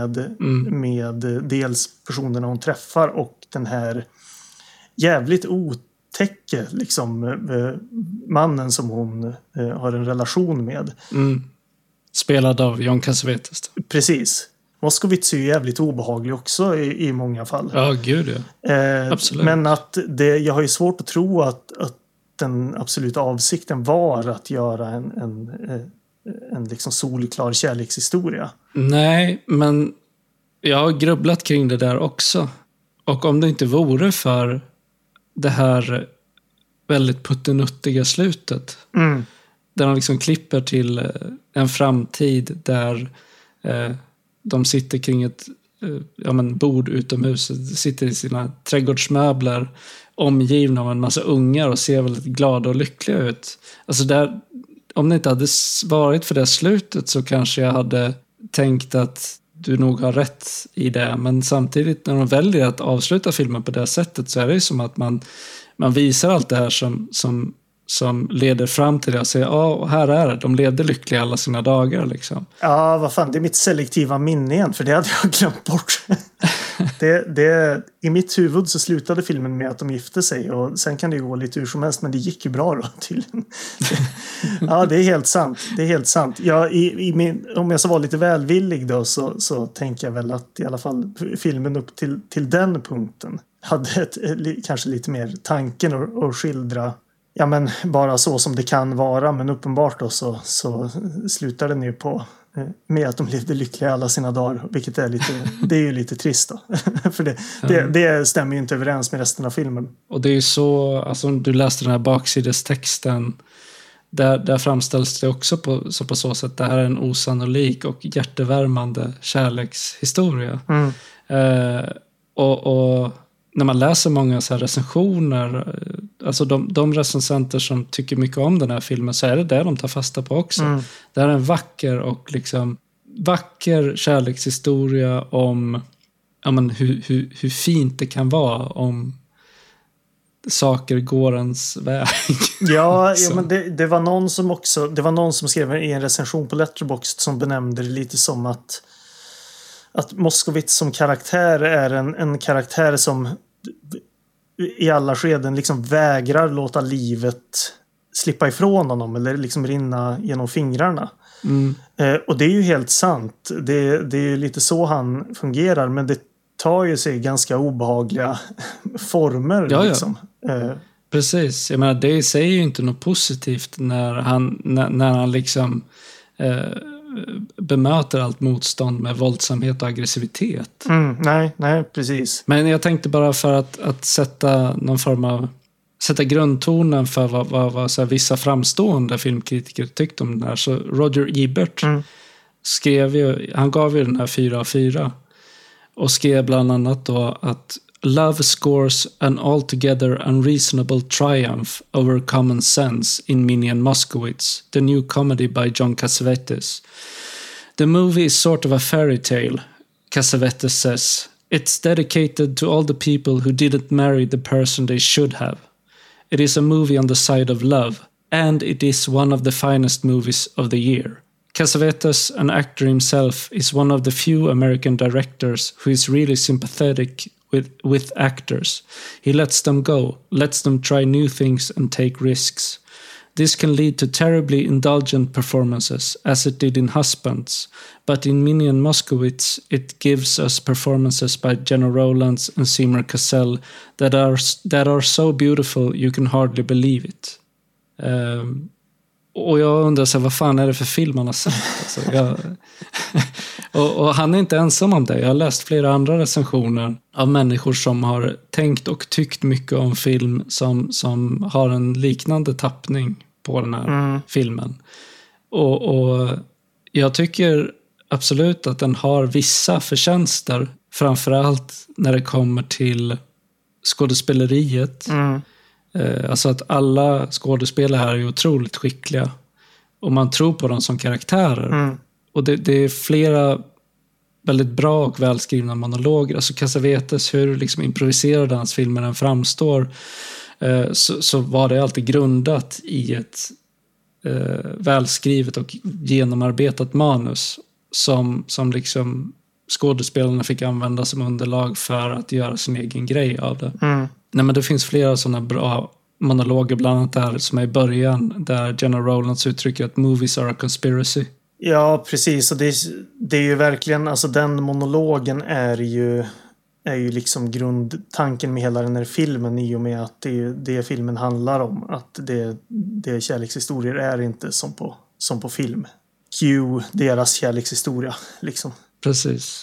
med dels personerna hon träffar och den här jävligt otäcke liksom mannen som hon har en relation med. Spelad av John Cassavetes. Precis. Moskowitz är ju jävligt obehaglig också i många fall. Ja, gud ja. Absolut. Men att jag har ju svårt att tro att den absoluta avsikten var att göra en liksom solklar kärlekshistoria. Nej, men jag har grubblat kring det där också. Och om det inte vore för det här väldigt puttenuttiga slutet. Där de liksom klipper till en framtid där de sitter kring ett bord utomhus. Sitter i sina trädgårdsmöbler omgivna av en massa ungar och ser väldigt glada och lyckliga ut. Alltså där, om det inte hade varit för det slutet så kanske jag hade tänkt att du nog har rätt i det. Men samtidigt när de väljer att avsluta filmen på det sättet så är det ju som att man visar allt det här som leder fram till det och säger här är det. De levde lyckliga alla sina dagar liksom. Ja, vad fan, det är mitt selektiva minne igen, för det hade jag glömt bort. I mitt huvud så slutade filmen med att de gifte sig och sen kan det ju gå lite hur som helst, men det gick ju bra då tydligen. Ja, det är helt sant. Det är helt sant. Ja, om jag så var lite välvillig då så tänker jag väl att i alla fall filmen upp till den punkten hade kanske lite mer tanken att skildra bara så som det kan vara, men uppenbart då så slutar den ju med att de levde lyckliga alla sina dagar, vilket det är ju lite trist då. För det stämmer ju inte överens med resten av filmen. Och det är ju så, alltså om du läste den här baksidestexten, där framställs det också på så sätt, det här är en osannolik och hjärtevärmande kärlekshistoria. Och när man läser många så här recensioner, alltså de recensenter som tycker mycket om den här filmen, så är det de tar fasta på också. Det är en vacker kärlekshistoria om hur fint det kan vara om saker går ens väg. Ja, men det var någon som skrev i en recension på Letterboxd som benämnde det lite som att Moskowitz som karaktär är en karaktär som i alla skeden liksom vägrar låta livet slippa ifrån honom eller liksom rinna genom fingrarna. Och det är ju helt sant. Det är ju lite så han fungerar, men det tar ju sig ganska obehagliga former. Ja. Liksom. Precis, jag menar det säger ju inte något positivt när han liksom bemöter allt motstånd med våldsamhet och aggressivitet. Nej, precis. Men jag tänkte bara för att sätta någon form av grundtonen för vad så här, vissa framstående filmkritiker tyckte om den här. Så Roger Ebert han gav ju den här 4 av 4 och skrev bland annat då att Love scores an altogether unreasonable triumph over common sense in Minnie and Moskowitz, the new comedy by John Cassavetes. The movie is sort of a fairy tale, Cassavetes says. It's dedicated to all the people who didn't marry the person they should have. It is a movie on the side of love, and it is one of the finest movies of the year. Cassavetes, an actor himself, is one of the few American directors who is really sympathetic with actors. He lets them go, lets them try new things and take risks. This can lead to terribly indulgent performances, as it did in Husbands, but in Minnie and Moskowitz it gives us performances by Jenna Rowlands and Seymour Cassell that are so beautiful you can hardly believe it. Och jag undrar så här, vad fan är det för film han har sett? Alltså, och han är inte ensam om det. Jag har läst flera andra recensioner av människor som har tänkt och tyckt mycket om film som har en liknande tappning på den här filmen. Och jag tycker absolut att den har vissa förtjänster, framförallt när det kommer till skådespeleriet. Alltså att alla skådespelare här är otroligt skickliga och man tror på dem som karaktärer. Och det är flera väldigt bra och välskrivna monologer. Alltså Cassavetes, hur liksom improviserad hans filmer än framstår, så var det alltid grundat i ett välskrivet och genomarbetat manus som liksom skådespelarna fick använda som underlag för att göra sin egen grej av det. Nej, men det finns flera sådana bra monologer, bland annat där som är i början, där Jenna Rowlands uttrycker att movies are a conspiracy. Ja, precis. Och det är ju verkligen, alltså den monologen är ju liksom grundtanken med hela den här filmen, i och med att det filmen handlar om, att det kärlekshistorier är inte som på film. Q, deras kärlekshistoria liksom. Precis.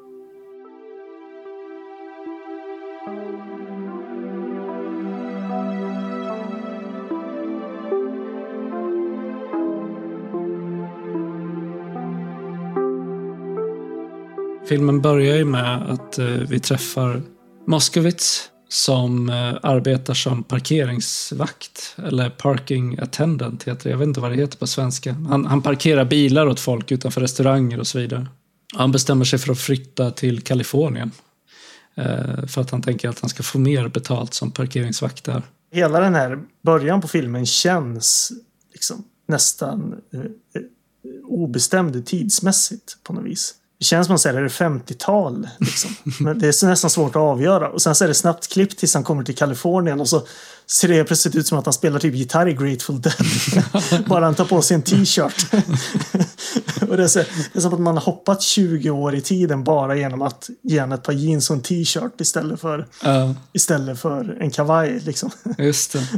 Filmen börjar ju med att vi träffar Moskowitz som arbetar som parkeringsvakt, eller parking attendant heter det. Jag vet inte vad det heter på svenska. Han parkerar bilar åt folk utanför restauranger och så vidare. Han bestämmer sig för att flytta till Kalifornien för att han tänker att han ska få mer betalt som parkeringsvakt där. Hela den här början på filmen känns liksom nästan obestämd tidsmässigt på något vis. Det känns som att säga, är det 50-tal liksom. Men det är nästan svårt att avgöra. Och sen så är det snabbt klippt tills han kommer till Kalifornien, och så ser det plötsligt ut som att han spelar typ gitarr i Grateful Dead. Bara han tar på sig en t-shirt. Och det är som att man har hoppat 20 år i tiden bara genom att ge han ett par jeans och en t-shirt istället för en kavaj liksom. Just det.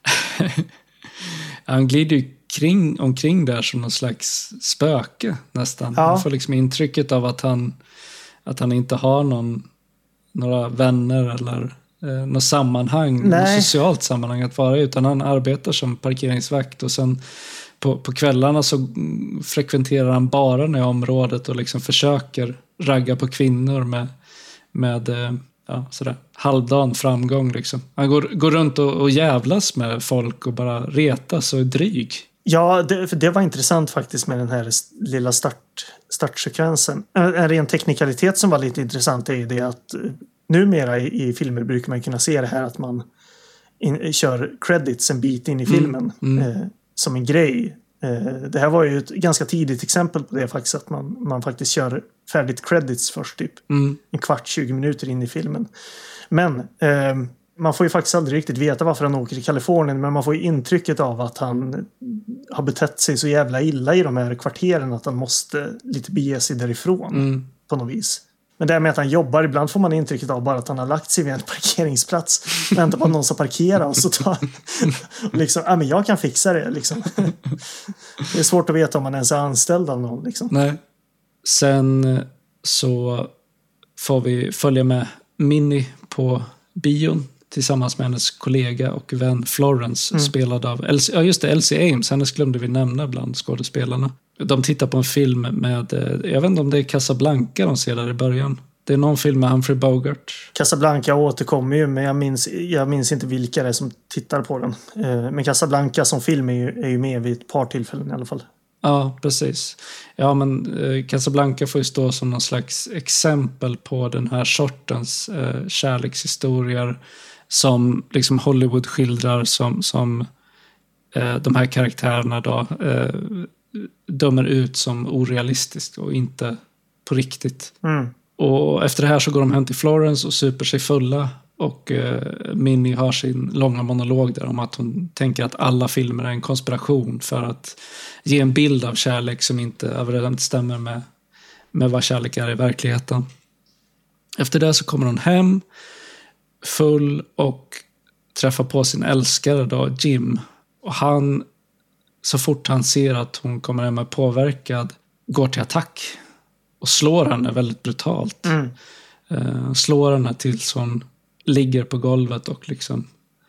Han glider ju omkring där som någon slags spöke nästan. Ja. Man får liksom intrycket av att han inte har några vänner eller något sammanhang, något socialt sammanhang att vara, utan han arbetar som parkeringsvakt, och sen på kvällarna så frekventerar han baren i området och liksom försöker ragga på kvinnor med sådär halvdan framgång liksom. Han går runt och jävlas med folk och bara retas och är dryg. Ja, det var intressant faktiskt med den här lilla startsekvensen. En ren teknikalitet som var lite intressant är ju det att numera i filmer brukar man kunna se det här att man kör credits en bit in i filmen som en grej. Det här var ju ett ganska tidigt exempel på det faktiskt, att man faktiskt kör färdigt credits först typ en kvart, 20 minuter in i filmen. Men Man får ju faktiskt aldrig riktigt veta varför han åker till Kalifornien, men man får ju intrycket av att han har betett sig så jävla illa i de här kvarteren att han måste lite bege sig därifrån på något vis. Men det med att han jobbar, ibland får man intrycket av bara att han har lagt sig vid en parkeringsplats, väntar på att någon ska parkera och så tar liksom, men jag kan fixa det liksom. Det är svårt att veta om man ens är anställd av någon liksom. Nej. Sen så får vi följa med Minnie på bion tillsammans med hennes kollega och vän Florence, spelad av Elsie Ames. Hennes glömde vi nämna bland skådespelarna. De tittar på en film med, jag vet inte om det är Casablanca de ser där i början. Det är någon film med Humphrey Bogart. Casablanca återkommer ju, men jag minns inte vilka det är som tittar på den. Men Casablanca som film är ju med vid ett par tillfällen i alla fall. Ja, precis. Ja, men Casablanca får ju stå som någon slags exempel på den här sortens kärlekshistorier som liksom Hollywood skildrar som de här karaktärerna då dömer ut som orealistiskt och inte på riktigt. Och efter det här så går de hem till Florence och super sig fulla, och Minnie har sin långa monolog där om att hon tänker att alla filmer är en konspiration för att ge en bild av kärlek som inte överensstämmer med vad kärlek är i verkligheten. Efter det så kommer hon hem full och träffar på sin älskare då, Jim. Och han, så fort han ser att hon kommer hem är påverkad, går till attack och slår henne väldigt brutalt. Slår henne tills hon ligger på golvet och liksom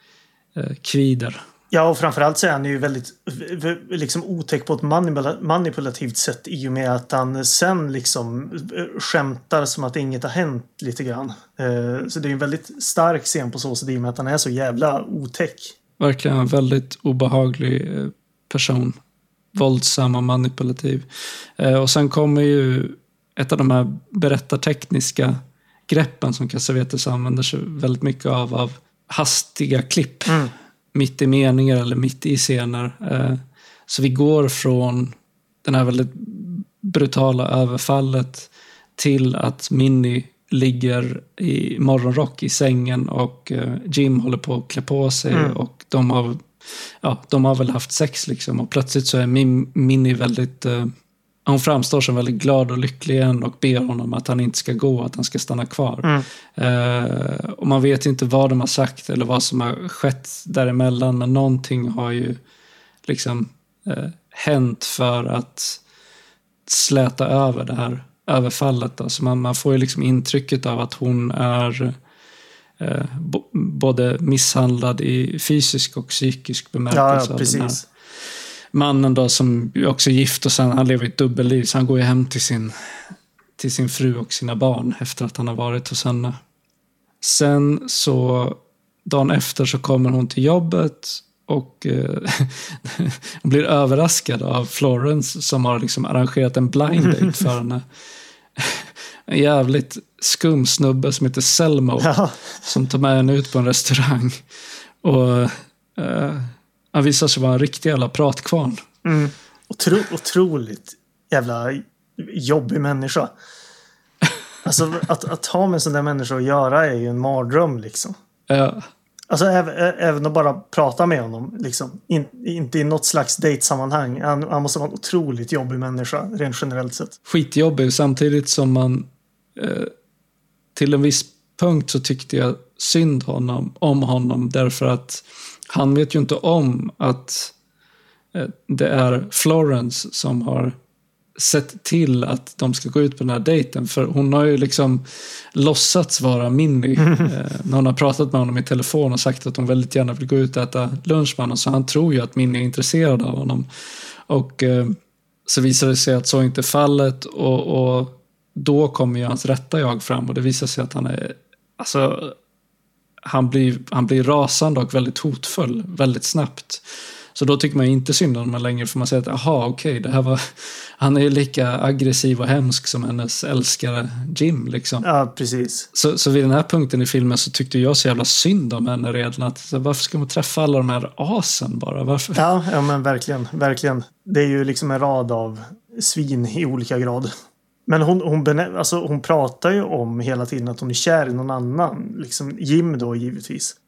kvider. Ja, och framförallt så är han ju väldigt liksom otäck på ett manipulativt sätt i och med att han sen liksom skämtar som att inget har hänt lite grann. Så det är en väldigt stark scen på så sätt i och med att han är så jävla otäck. Verkligen en väldigt obehaglig person. Våldsam och manipulativ. Och sen kommer ju ett av de här berättartekniska greppen som Cassavetes använder sig väldigt mycket av hastiga klipp. Mitt i meningar eller mitt i scener. Så vi går från den här väldigt brutala överfallet till att Minnie ligger i morgonrock i sängen och Jim håller på att klä på sig och de har väl haft sex liksom, och plötsligt så är Minnie väldigt hon framstår som väldigt glad och lycklig igen och ber honom att han inte ska gå, att han ska stanna kvar. Och man vet inte vad de har sagt eller vad som har skett däremellan, men någonting har ju liksom hänt för att släta över det här överfallet. Alltså man får ju liksom intrycket av att hon är både misshandlad i fysisk och psykisk bemärkelse. Ja, precis. Mannen då som också är gift och sen han lever ett dubbelliv, så han går ju hem till sin fru och sina barn efter att han har varit hos henne. Sen så dagen efter så kommer hon till jobbet och hon blir överraskad av Florence som har liksom arrangerat en blind date för henne. En jävligt skum snubbe som heter Selmo som tar med henne ut på en restaurang och han visar sig vara en riktig jävla pratkvarn. Otroligt jävla jobbig människa. Alltså att ha med en sån där människa att göra är ju en mardröm liksom. Alltså även att bara prata med honom liksom. Inte i något slags dejtsammanhang. Han måste vara en otroligt jobbig människa rent generellt sett. Skitjobbig, samtidigt som man till en viss punkt så tyckte jag synd om honom därför att han vet ju inte om att det är Florence som har sett till att de ska gå ut på den här dejten. För hon har ju liksom låtsats vara Minnie när hon har pratat med honom i telefon och sagt att hon väldigt gärna vill gå ut och äta lunch med honom. Så han tror ju att Minnie är intresserad av honom. Och så visar det sig att så inte är fallet. Och då kommer ju hans rätta jag fram. Och det visar sig att han är... Alltså... Han blir rasande och väldigt hotfull väldigt snabbt. Så då tycker man inte synd om honom längre, för man säger att det här var... Han är lika aggressiv och hemsk som hennes älskare Jim liksom. Ja, precis. Så vid den här punkten i filmen så tyckte jag så jävla synd om henne redan. Att, varför ska man träffa alla de här asen bara? Varför? Ja, men verkligen. Det är ju liksom en rad av svin i olika grad. Men hon pratar ju om hela tiden att hon är kär i någon annan. Liksom Jim då givetvis.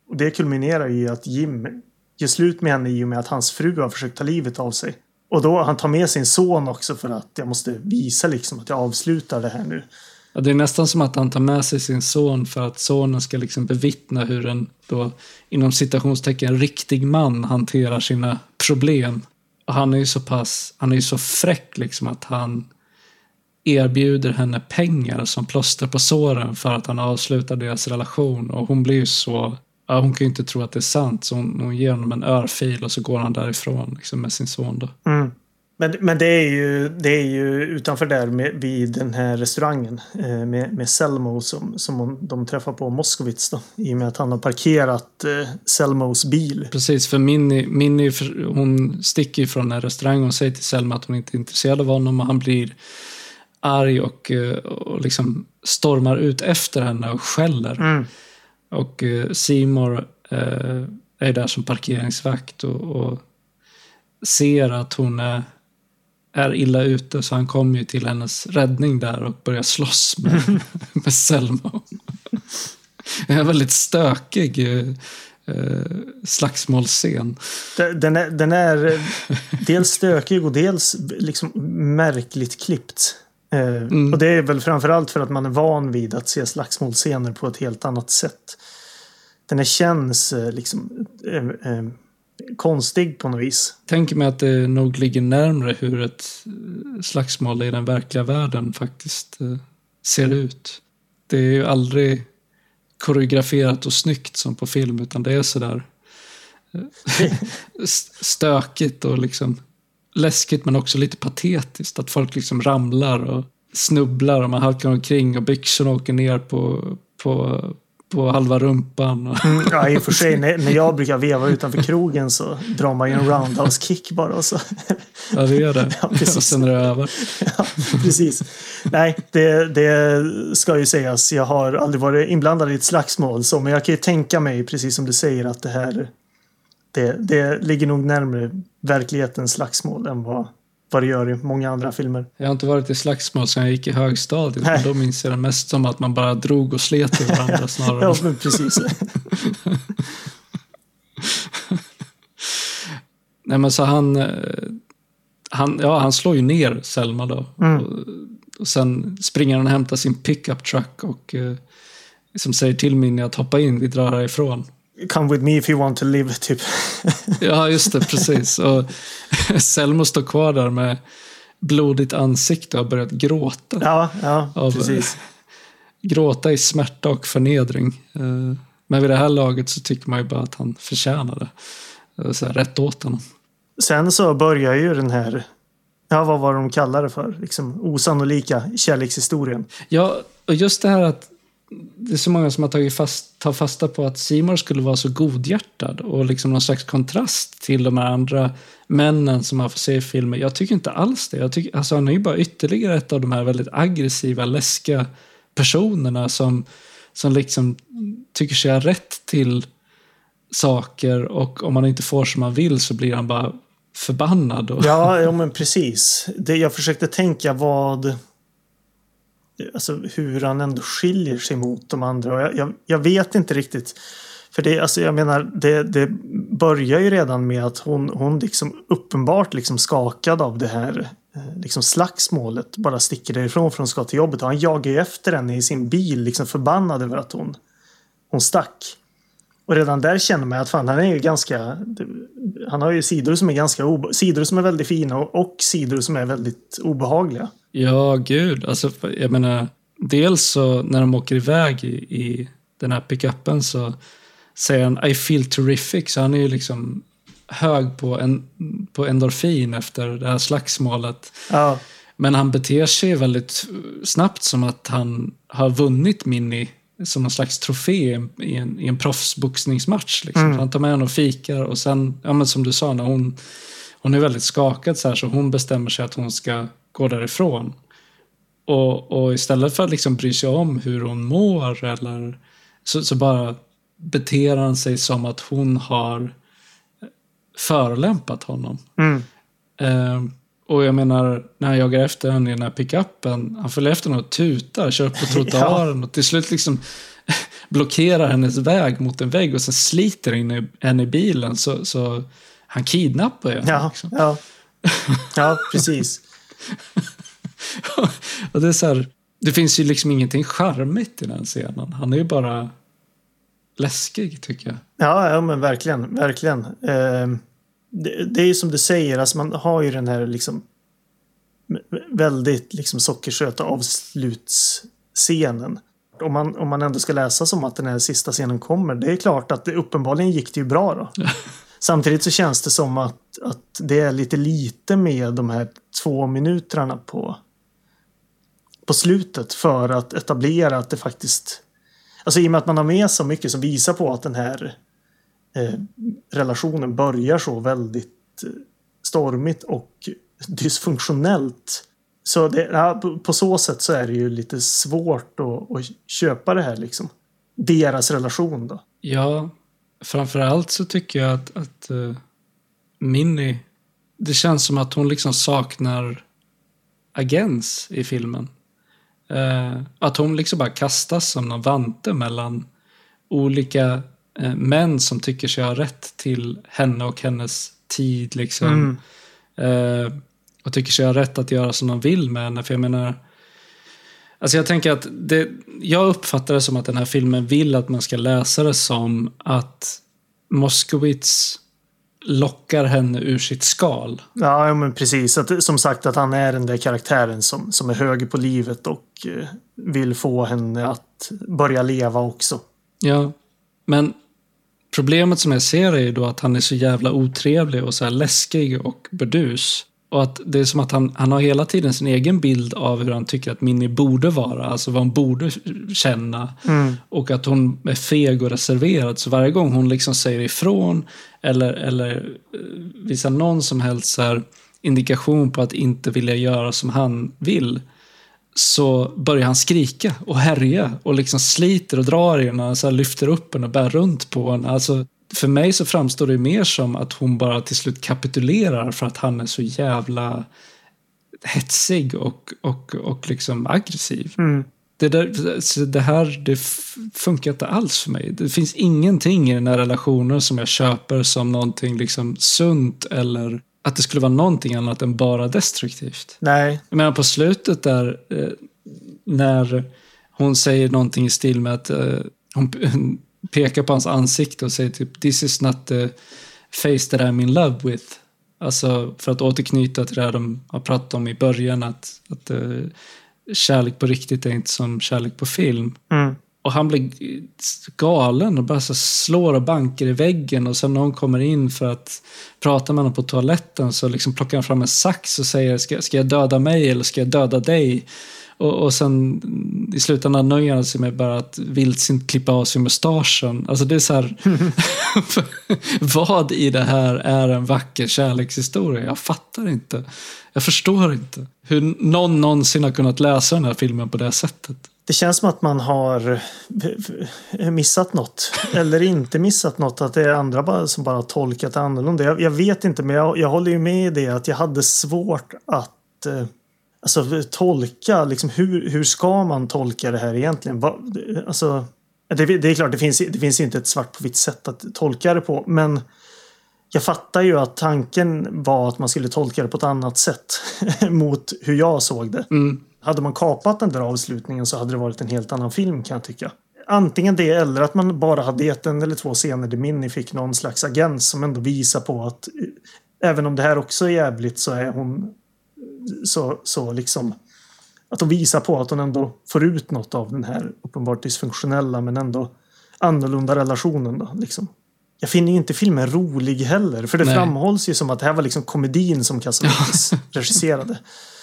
Och det kulminerar i att Jim gör slut med henne i och med att hans fru har försökt ta livet av sig. Och då han tar med sin son också för att jag måste visa liksom att jag avslutar det här nu. Ja, det är nästan som att han tar med sig sin son för att sonen ska liksom bevittna hur en då, inom citationstecken, riktig man hanterar sina problem. Och han är ju så fräck liksom att han erbjuder henne pengar som plåster på såren för att han avslutar deras relation. Och hon blir ju så... Ja, hon kan ju inte tro att det är sant, så hon ger honom en örfil och så går han därifrån liksom, med sin son då. Mm. Men det är ju utanför där vid den här restaurangen med Selmo som de träffar på Moskowitz då, i och med att han har parkerat Selmos bil. Precis, för Minnie hon sticker ifrån den här restaurangen och säger till Selma att hon inte är intresserad av honom, och han blir arg och liksom stormar ut efter henne och skäller. Mm. Och Seymour är där som parkeringsvakt och ser att hon är illa ute, så han kommer ju till hennes räddning där och börjar slåss med Selma. Det är en väldigt stökig slagsmålscen. Den är dels stökig och dels liksom märkligt klippt. Och det är väl framförallt för att man är van vid att se slagsmålscener på ett helt annat sätt. Den känns liksom konstig på något vis. Tänker mig att det nog ligger närmare hur ett slagsmål i den verkliga världen faktiskt ser ut. Det är ju aldrig koreograferat och snyggt som på film, utan det är sådär stökigt och liksom läskigt, men också lite patetiskt, att folk liksom ramlar och snubblar och man halkar omkring och byxorna åker ner på halva rumpan. Ja, i och för sig, när jag brukar veva utanför krogen så drar man ju en roundhouse kick bara och så. Ja, det är det. Ja, precis. Och sen är det över. Ja, precis. Nej, det ska ju sägas. Jag har aldrig varit inblandad i ett slagsmål, så, men jag kan ju tänka mig, precis som du säger, att det här det ligger nog närmare verklighetens slagsmål än vad det gör i många andra filmer. Jag har inte varit i slagsmål sedan jag gick i högstadiet. Men då minns jag det mest som att man bara drog och slet i varandra snarare. Ja, men precis. Nej, men så han slår ju ner Selma då. Och sen springer han och hämtar sin pickup truck och som säger till Minnie att hoppa in, vi drar härifrån. Come with me if you want to live, typ. Ja, just det, precis. Och Selma står kvar där med blodigt ansikte och har börjat gråta. Ja, precis. Gråta i smärta och förnedring. Men vid det här laget så tycker man ju bara att han förtjänade så här, rätt åt honom. Sen så börjar ju den här, vad var de kallar det för? Liksom osannolika kärlekshistorien. Ja, och just det här att det är så många som har tar fasta på att Seymour skulle vara så godhjärtad och liksom någon slags kontrast till de här andra männen som man får se i filmer. Jag tycker inte alls det. Jag tycker, alltså, han är ju bara ytterligare ett av de här väldigt aggressiva, läskiga personerna som liksom tycker sig ha rätt till saker, och om man inte får som man vill så blir han bara förbannad. Ja, men precis. Jag försökte tänka hur han ändå skiljer sig mot de andra. Jag vet inte riktigt. För det börjar ju redan med att hon liksom uppenbart liksom skakad av det här liksom slagsmålet bara sticker därifrån för hon ska till jobbet. Och han jagar ju efter henne i sin bil liksom förbannad över att hon stack. Och redan där känner man att han är ju han har ju sidor som är sidor som är väldigt fina och sidor som är väldigt obehagliga. Ja, gud. Alltså, jag menar, dels så när de åker iväg i den här pickuppen så säger han I feel terrific, så han är ju liksom hög på endorfin efter det här slagsmålet. Ja. Men han beter sig väldigt snabbt som att han har vunnit Minnie som en slags trofé i en proffsboxningsmatch. Liksom. Han tar med henne och fikar, och sen, men som du sa, när hon är väldigt skakad så hon bestämmer sig att hon ska gå därifrån. Och istället för att liksom bry sig om hur hon mår eller så bara beter han sig som att hon har förolämpat honom. Och jag menar, när han jagar efter henne i den här pickuppen, han följer efter henne och tutar, kör upp på trottoaren och till slut liksom blockerar hennes väg mot en vägg och sen sliter in henne i bilen, så han kidnappar ju henne. Liksom. Ja, precis. Och det är så här, det finns ju liksom ingenting charmigt i den scenen. Han är ju bara läskig, tycker jag. Ja, men verkligen. Det är ju som du säger, alltså man har ju den här liksom väldigt liksom sockersöta avslutsscenen. Om man ändå ska läsa som att den här sista scenen kommer, det är klart att det uppenbarligen gick det ju bra då. Samtidigt så känns det som att det är lite med de här 2 minuterna på slutet för att etablera att det faktiskt, alltså i och med att man har med så mycket som visar på att den här relationen börjar så väldigt stormigt och dysfunktionellt. Så på så sätt så är det ju lite svårt att köpa det här liksom. Deras relation då. Ja, framförallt så tycker jag att Minnie, det känns som att hon liksom saknar agens i filmen. Att hon liksom bara kastas som någon vante mellan olika män som tycker sig ha rätt till henne och hennes tid liksom. Och tycker sig ha rätt att göra som de vill med henne. För jag menar, alltså jag tänker att jag uppfattar det som att den här filmen vill att man ska läsa det som att Moskowitz lockar henne ur sitt skal. Ja, men precis. Som sagt att han är den där karaktären som är hög på livet och vill få henne att börja leva också. Ja, men problemet som jag ser är ju då att han är så jävla otrevlig och så här läskig och burdus. Och att det är som att han har hela tiden sin egen bild av hur han tycker att Minnie borde vara. Alltså vad hon borde känna. Och att hon är feg och reserverad. Så varje gång hon liksom säger ifrån eller visar någon som helst så här indikation på att inte vilja göra som han vill, så börjar han skrika och härja och liksom sliter och drar i henne, så här lyfter upp henne och bär runt på henne. Alltså, för mig så framstår det mer som att hon bara till slut kapitulerar för att han är så jävla hetsig och liksom aggressiv. Det här funkar inte alls för mig. Det finns ingenting i den här relationen som jag köper som någonting liksom sunt eller att det skulle vara någonting annat än bara destruktivt. Nej. Jag menar på slutet där när hon säger någonting i stil med att hon pekar på hans ansikte och säger typ "This is not the face that I'm in love with". Alltså för att återknyta till det här de har pratat om i början att kärlek på riktigt är inte som kärlek på film. Och han blir galen och bara så slår och bankar i väggen, och sen när hon kommer in för att prata med honom på toaletten så liksom plockar han fram en sax och säger ska jag döda mig eller ska jag döda dig? Och sen i slutändan nöjer han sig med bara att vildsint klippa av sig mustaschen. Alltså det är så här vad i det här är en vacker kärlekshistoria? Jag fattar inte. Jag förstår inte hur någon någonsin har kunnat läsa den här filmen på det sättet. Det känns som att man har missat något. Eller inte missat något. Att det är andra som bara har tolkat det annorlunda. Jag vet inte, men jag håller ju med i det. Att jag hade svårt att alltså, tolka. Liksom, hur ska man tolka det här egentligen? Alltså, det är klart, det finns inte ett svart på vitt sätt att tolka det på. Men jag fattar ju att tanken var att man skulle tolka det på ett annat sätt. Mot hur jag såg det. Hade man kapat den där avslutningen så hade det varit en helt annan film, kan jag tycka. Antingen det eller att man bara hade gett en eller 2 scener där Minnie fick någon slags agens som ändå visar på att även om det här också är jävligt så är hon så liksom att hon visar på att hon ändå får ut något av den här uppenbart dysfunktionella men ändå annorlunda relationen då, liksom. Jag finner inte filmen rolig heller, för det framhålls ju som att det här var liksom komedin som Cassavetes regisserade.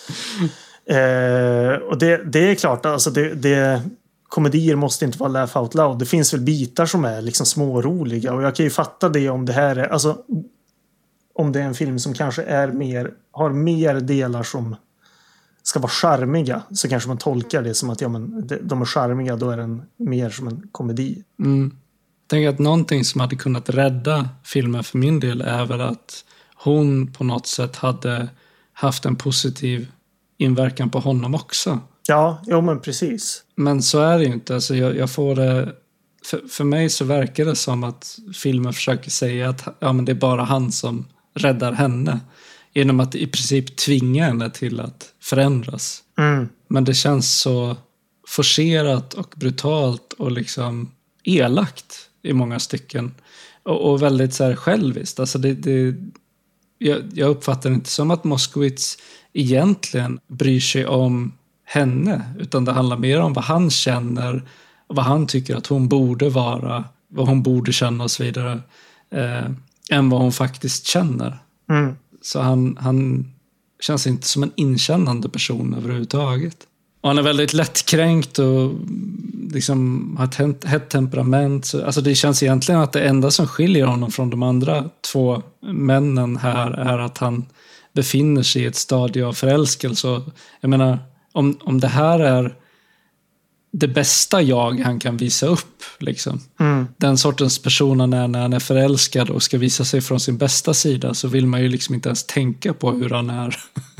Och det är klart, alltså komedier måste inte vara laugh out loud. Det finns väl bitar som är liksom småroliga, och jag kan ju fatta det om det här är, alltså om det är en film som kanske har mer delar som ska vara charmiga, så kanske man tolkar det som att de är charmiga, då är den mer som en komedi. Jag tänker att någonting som hade kunnat rädda filmen för min del är väl att hon på något sätt hade haft en positiv inverkan på honom också. Ja, jo men precis. Men så är det ju inte. Alltså jag får det för mig så verkar det som att filmen försöker säga att men det är bara han som räddar henne. Genom att i princip tvinga henne till att förändras. Men det känns så forcerat och brutalt och liksom elakt i många stycken. Och väldigt så här själviskt. Alltså jag uppfattar det inte som att Moskowitz egentligen bryr sig om henne. Utan det handlar mer om vad han känner. Vad han tycker att hon borde vara. Vad hon borde känna och så vidare. Än vad hon faktiskt känner. Så han känns inte som en inkännande person överhuvudtaget. Och han är väldigt lättkränkt och liksom har ett hett temperament. Så, alltså det känns egentligen att det enda som skiljer honom från de andra 2 männen här är att han befinner sig i ett stadie av förälskelse. Och jag menar, om det här är det bästa han kan visa upp. Liksom. Den sortens person han är när han är förälskad och ska visa sig från sin bästa sida, så vill man ju liksom inte ens tänka på hur han är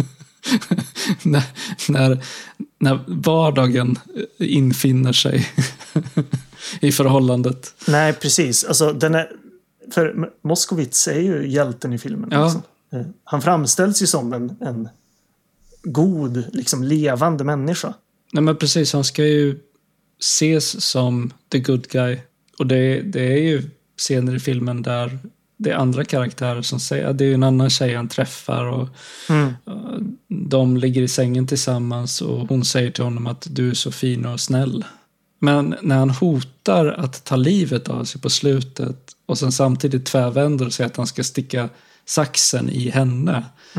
när vardagen infinner sig i förhållandet. Nej, precis. Alltså, för Moskowitz är ju hjälten i filmen. Ja. Liksom. Han framställs ju som en god, liksom levande människa. Nej, men precis, han ska ju ses som the good guy. Och det är ju scener i filmen där det är andra karaktärer som säger att det är en annan tjej han träffar och de ligger i sängen tillsammans och hon säger till honom att du är så fin och snäll. Men när han hotar att ta livet av sig på slutet och sen samtidigt tvärvänder och säger att han ska sticka saxen i henne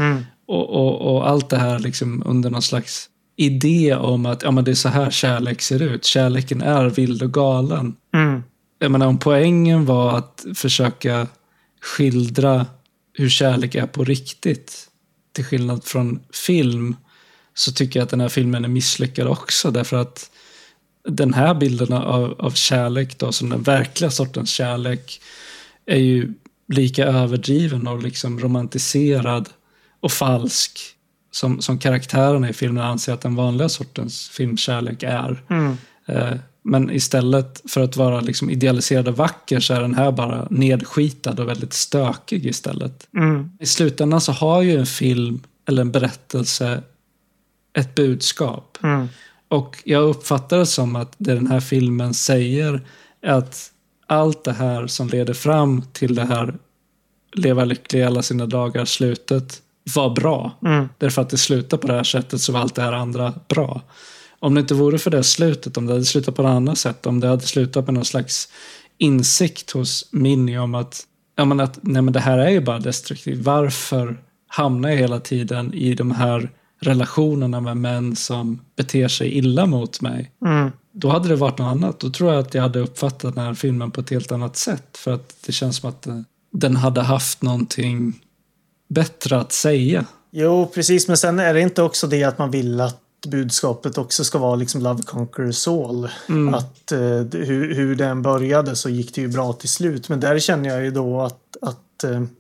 och allt det här liksom under någon slags idé om att men det är så här kärlek ser ut. Kärleken är vild och galen. Jag menar, om poängen var att försöka skildra hur kärlek är på riktigt till skillnad från film, så tycker jag att den här filmen är misslyckad också, därför att den här bilden av kärlek då, som den verkliga sortens kärlek, är ju lika överdriven och liksom romantiserad och falsk som karaktärerna i filmen anser att den vanliga sortens filmkärlek är. Men istället för att vara liksom idealiserad och vacker, så är den här bara nedskitad och väldigt stökig istället. I slutändan så har ju en film eller en berättelse ett budskap. Och jag uppfattar det som att det den här filmen säger är att allt det här som leder fram till det här leva lycklig alla sina dagar slutet var bra. Därför att det slutar på det här sättet, så var allt det här andra bra. Om det inte vore för det slutet, om det hade slutat på ett annat sätt, om det hade slutat med någon slags insikt hos Minnie om att nej, men det här är ju bara destruktivt. Varför hamnar jag hela tiden i de här relationerna med män som beter sig illa mot mig? Då hade det varit något annat. Då tror jag att jag hade uppfattat den här filmen på ett helt annat sätt. För att det känns som att den hade haft någonting bättre att säga. Jo, precis. Men sen är det inte också det att man vill att budskapet också ska vara liksom Love Conquers All. Att hur den började så gick det ju bra till slut. Men där känner jag ju då att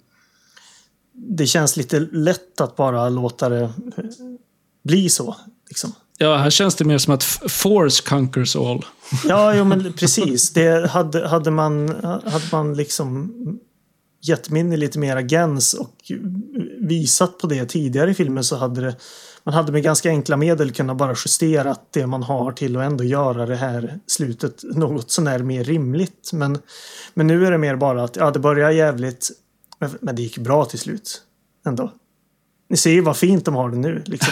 det känns lite lätt att bara låta det bli så. Liksom. Ja, här känns det mer som att force conquers all. Ja, jo, men precis. Det hade man liksom gett Minnie lite mer agens och visat på det tidigare i filmen, så hade man hade med ganska enkla medel kunnat bara justera det man har till och ändå göra det här slutet något sån här mer rimligt. Men nu är det mer bara att det börjar jävligt, men det gick bra till slut ändå. Ni ser ju vad fint de har det nu liksom.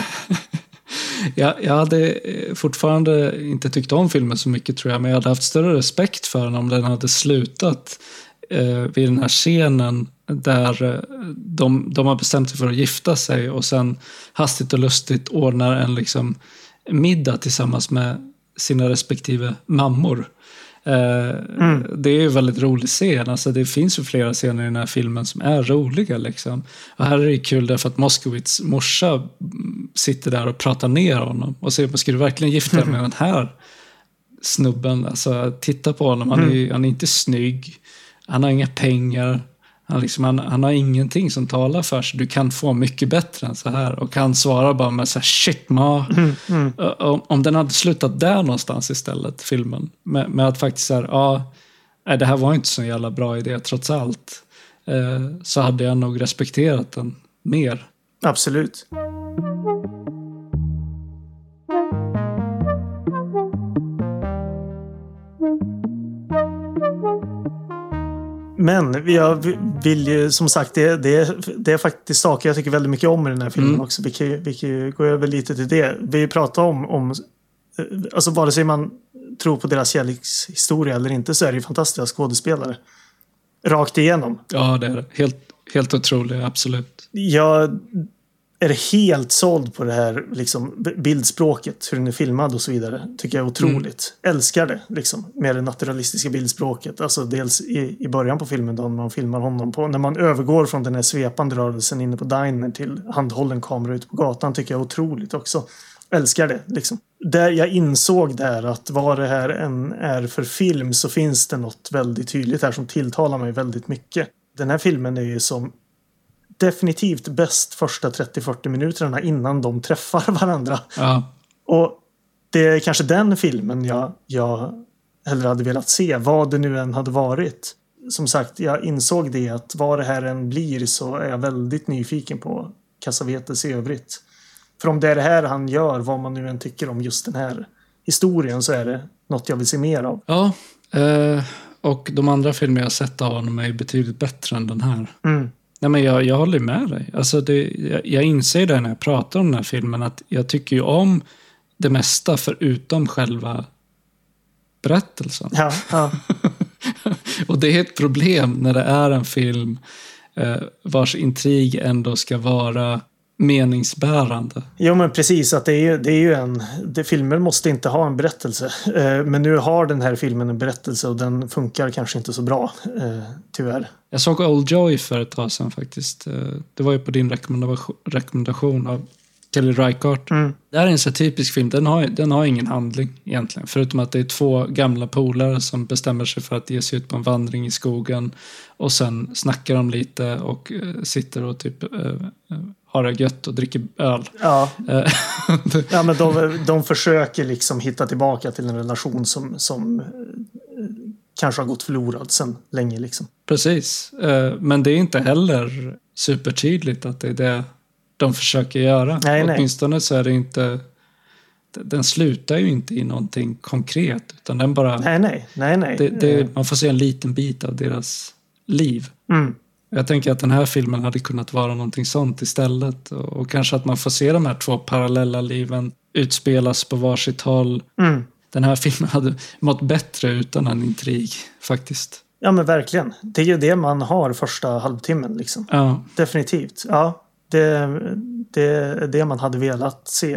Jag hade fortfarande inte tyckt om filmen så mycket, tror jag, men jag hade haft större respekt för den om den hade slutat vid den här scenen där de har bestämt sig för att gifta sig och sen hastigt och lustigt ordnar en liksom middag tillsammans med sina respektive mammor. Det är ju en väldigt rolig scen. Alltså, det finns ju flera scener i den här filmen som är roliga liksom. Och här är det kul därför att Moskowitz morsa sitter där och pratar ner honom och säger, ska du verkligen gifta dig med den här snubben? Alltså, titta på honom, han är inte snygg, han har inga pengar, Han har ingenting som talar för sig. Du kan få mycket bättre än så här. Och han svarar bara med så här, shit ma. Om den hade slutat där någonstans istället, filmen. Med att faktiskt så här, nej, det här var inte så en jävla bra idé trots allt. Så hade jag nog respekterat den mer. Absolut. Men jag vill ju, som sagt, det är faktiskt saker jag tycker väldigt mycket om i den här filmen också. Vi kan ju gå över lite till det. Vi pratar om alltså vare sig man tror på deras kärlekshistoria eller inte, så är det ju fantastiska skådespelare. Rakt igenom. Ja, det är det. Helt otroligt, absolut. Jag är helt såld på det här liksom, bildspråket, hur den är filmad och så vidare. Tycker jag är otroligt. Älskar det, liksom, med det naturalistiska bildspråket. Alltså dels i början på filmen då man filmar honom på, när man övergår från den här svepande rörelsen inne på diner till handhållen kamera ute på gatan, tycker jag är otroligt också. Älskar det, liksom. Där jag insåg där att vad det här än är för film, så finns det något väldigt tydligt här som tilltalar mig väldigt mycket. Den här filmen är ju som definitivt bäst första 30-40 minuterna innan de träffar varandra. Ja. Och det är kanske den filmen jag hellre hade velat se, vad det nu än hade varit. Som sagt, jag insåg det att vad det här än blir, så är jag väldigt nyfiken på Cassavetes i övrigt. För om det är det här han gör, vad man nu än tycker om just den här historien, så är det något jag vill se mer av. Ja, och de andra filmer jag har sett av honom är betydligt bättre än den här. Nej, men jag håller med dig. Alltså jag inser det när jag pratar om den här filmen, att jag tycker ju om det mesta förutom själva berättelsen. Ja. Och det är ett problem när det är en film vars intrig ändå ska vara meningsbärande. Jo, men precis, att det är ju filmer måste inte ha en berättelse. Men nu har den här filmen en berättelse, och den funkar kanske inte så bra, tyvärr. Jag såg Old Joy för ett tag sedan faktiskt. Det var ju på din rekommendation av Kelly Reichardt. Det här är en så typisk film. Den har ingen handling egentligen. Förutom att det är två gamla polare som bestämmer sig för att ge sig ut på en vandring i skogen. Och sen snackar de lite och sitter och typ har det gött och dricker öl. Ja, ja, men de försöker liksom hitta tillbaka till en relation som kanske har gått förlorad sedan länge. Liksom. Precis. Men det är inte heller supertydligt att det är det de försöker göra. Nej. Åtminstone så är det inte... Den slutar ju inte i någonting konkret, utan den bara... Nej. Man får se en liten bit av deras liv. Jag tänker att den här filmen hade kunnat vara någonting sånt istället. Och kanske att man får se de här två parallella liven utspelas på varsitt håll. Den här filmen hade mått bättre utan en intrig, faktiskt. Ja, men verkligen. Det är ju det man har första halvtimmen, liksom. Ja. Definitivt. Ja, det är det man hade velat se.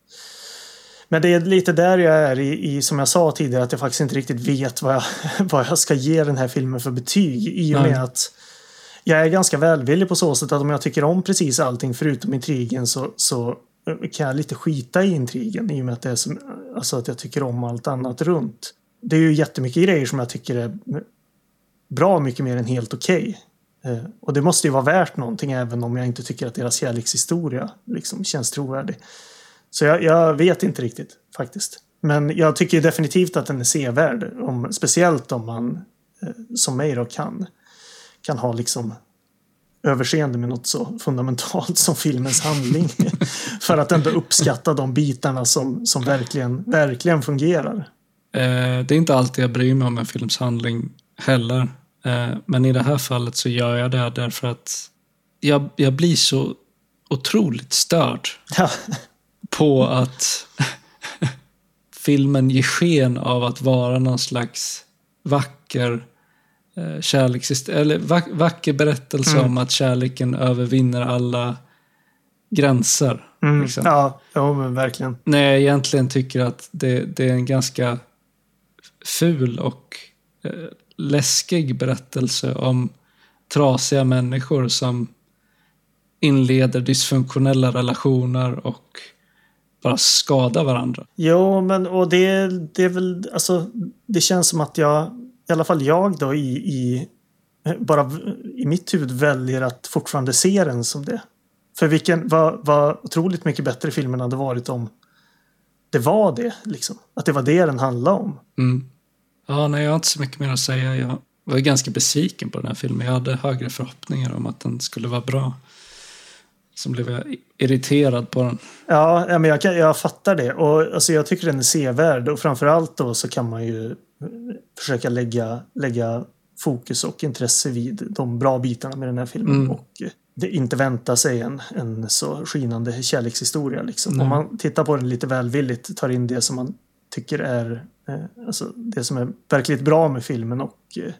Men det är lite där jag är i som jag sa tidigare, att jag faktiskt inte riktigt vet vad jag ska ge den här filmen för betyg. I och med att jag är ganska välvillig på så sätt att om jag tycker om precis allting förutom intrigen, så kan jag lite skita i intrigen, i och med att det är som, alltså att jag tycker om allt annat runt. Det är ju jättemycket grejer som jag tycker är bra mycket mer än helt okej. Och det måste ju vara värt någonting, även om jag inte tycker att deras kärlekshistoria liksom känns trovärdig. Så jag vet inte riktigt faktiskt. Men jag tycker definitivt att den är sevärd, speciellt om man som mig då kan ha liksom överseende med något så fundamentalt som filmens handling för att ändå uppskatta de bitarna som verkligen fungerar. Det är inte alltid jag bryr mig om en films handling heller. Men i det här fallet så gör jag det därför att jag blir så otroligt störd på att filmen ger sken av att vara någon slags vacker vacker berättelse om att kärleken övervinner alla gränser. Liksom. Ja, men verkligen. När jag egentligen tycker att det är en ganska ful och läskig berättelse om trasiga människor som inleder dysfunktionella relationer och bara skadar varandra. Jo, men och det är väl, alltså, det känns som att i alla fall jag då bara i mitt huvud väljer att fortfarande se den som det. För vad otroligt mycket bättre filmen hade varit om det var det, liksom. Att det var det den handlade om. Ja, nej, jag har inte så mycket mer att säga. Jag var ganska besviken på den här filmen. Jag hade högre förhoppningar om att den skulle vara bra. Så blev jag irriterad på den. Ja, men jag fattar det. Och alltså, jag tycker den är sevärd. Och framförallt då så kan man ju försöka lägga fokus och intresse vid de bra bitarna med den här filmen. Och det inte vänta sig en så skinande kärlekshistoria. Liksom. Om man tittar på den lite välvilligt, tar in det som man tycker är alltså det som är verkligt bra med filmen och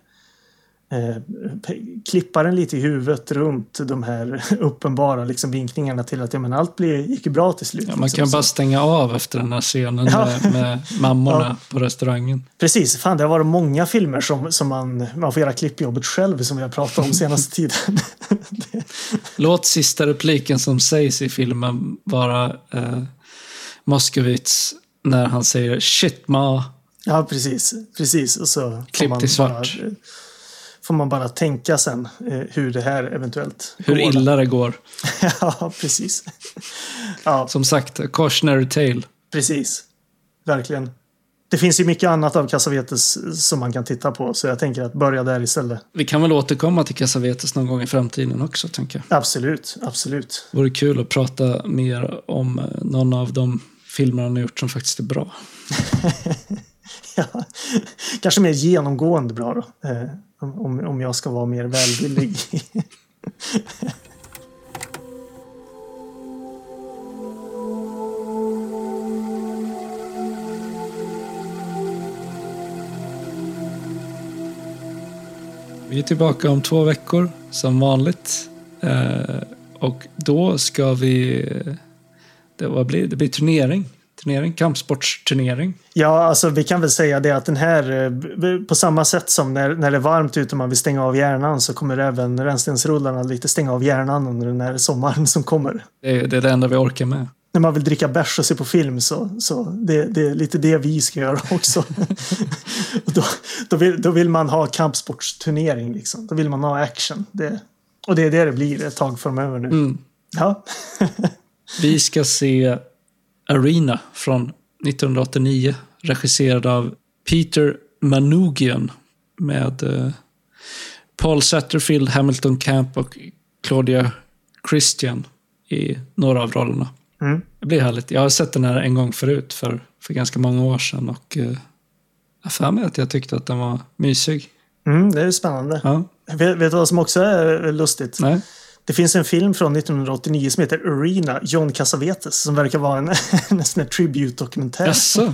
klippar den lite i huvudet runt de här uppenbara liksom vinkningarna till att allt gick bra till slut. Ja, man kan bara stänga av efter den här scenen med mammorna på restaurangen. Precis, fan det har varit många filmer som man får göra klippjobbet själv som vi har pratat om senaste tiden. Låt sista repliken som sägs i filmen vara Moskowitz när han säger shit ma. Ja, precis. Och så klipp till svart. Får man bara tänka sen hur det här eventuellt hur går. Illa det går. Ja, precis. Ja. Som sagt, cautionary tale. Precis, verkligen. Det finns ju mycket annat av Cassavetes som man kan titta på, så jag tänker att börja där istället. Vi kan väl återkomma till Cassavetes någon gång i framtiden också, tänker jag. Absolut. Det vore kul att prata mer om någon av de filmer han har gjort som faktiskt är bra. Ja, kanske mer genomgående bra då. Om jag ska vara mer välvillig. Vi är tillbaka om 2 veckor som vanligt. Och då ska vi... Det blir turnering, kampsportsturnering. Ja, alltså vi kan väl säga det att den här, på samma sätt som när det är varmt ute och man vill stänga av hjärnan, så kommer även rännstensrullarna lite stänga av hjärnan under den här sommaren som kommer. Det är det enda vi orkar med. När man vill dricka bärs och se på film så det är lite det vi ska göra också. då vill man ha kampsportsturnering liksom. Då vill man ha action. Och det är det blir ett tag framöver nu. Ja. Vi ska se Arena från 1989, regisserad av Peter Manoogian med Paul Satterfield, Hamilton Camp och Claudia Christian i några av rollerna. Det blir härligt. Jag har sett den här en gång förut för ganska många år sedan och jag för mig att jag tyckte att den var mysig. Det är spännande. Ja. Vet du vad som också är lustigt? Nej. Det finns en film från 1989 som heter Arena, John Cassavetes, som verkar vara en sån här tribute-dokumentär. Jaså?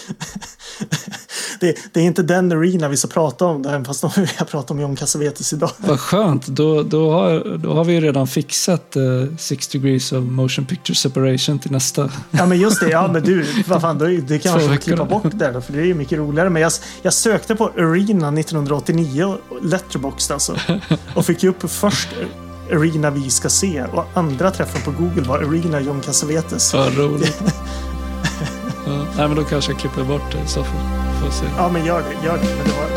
Det är inte den Arena vi ska prata om, även fast vi har pratat om John Cassavetes idag. Vad skönt, då har vi ju redan fixat 6 degrees of motion picture separation till nästa. Ja, men just det, ja men du, vad fan, det kan man klippa bort där då, för det är ju mycket roligare. Men jag sökte på Arena 1989, Letterboxd alltså, och fick ju upp först Arena vi ska se, och andra träffen på Google var Arena John Cassavetes. Vad roligt. Ja, nej, men då kanske jag klipper bort det så får se. Ja, men gör det. Men det var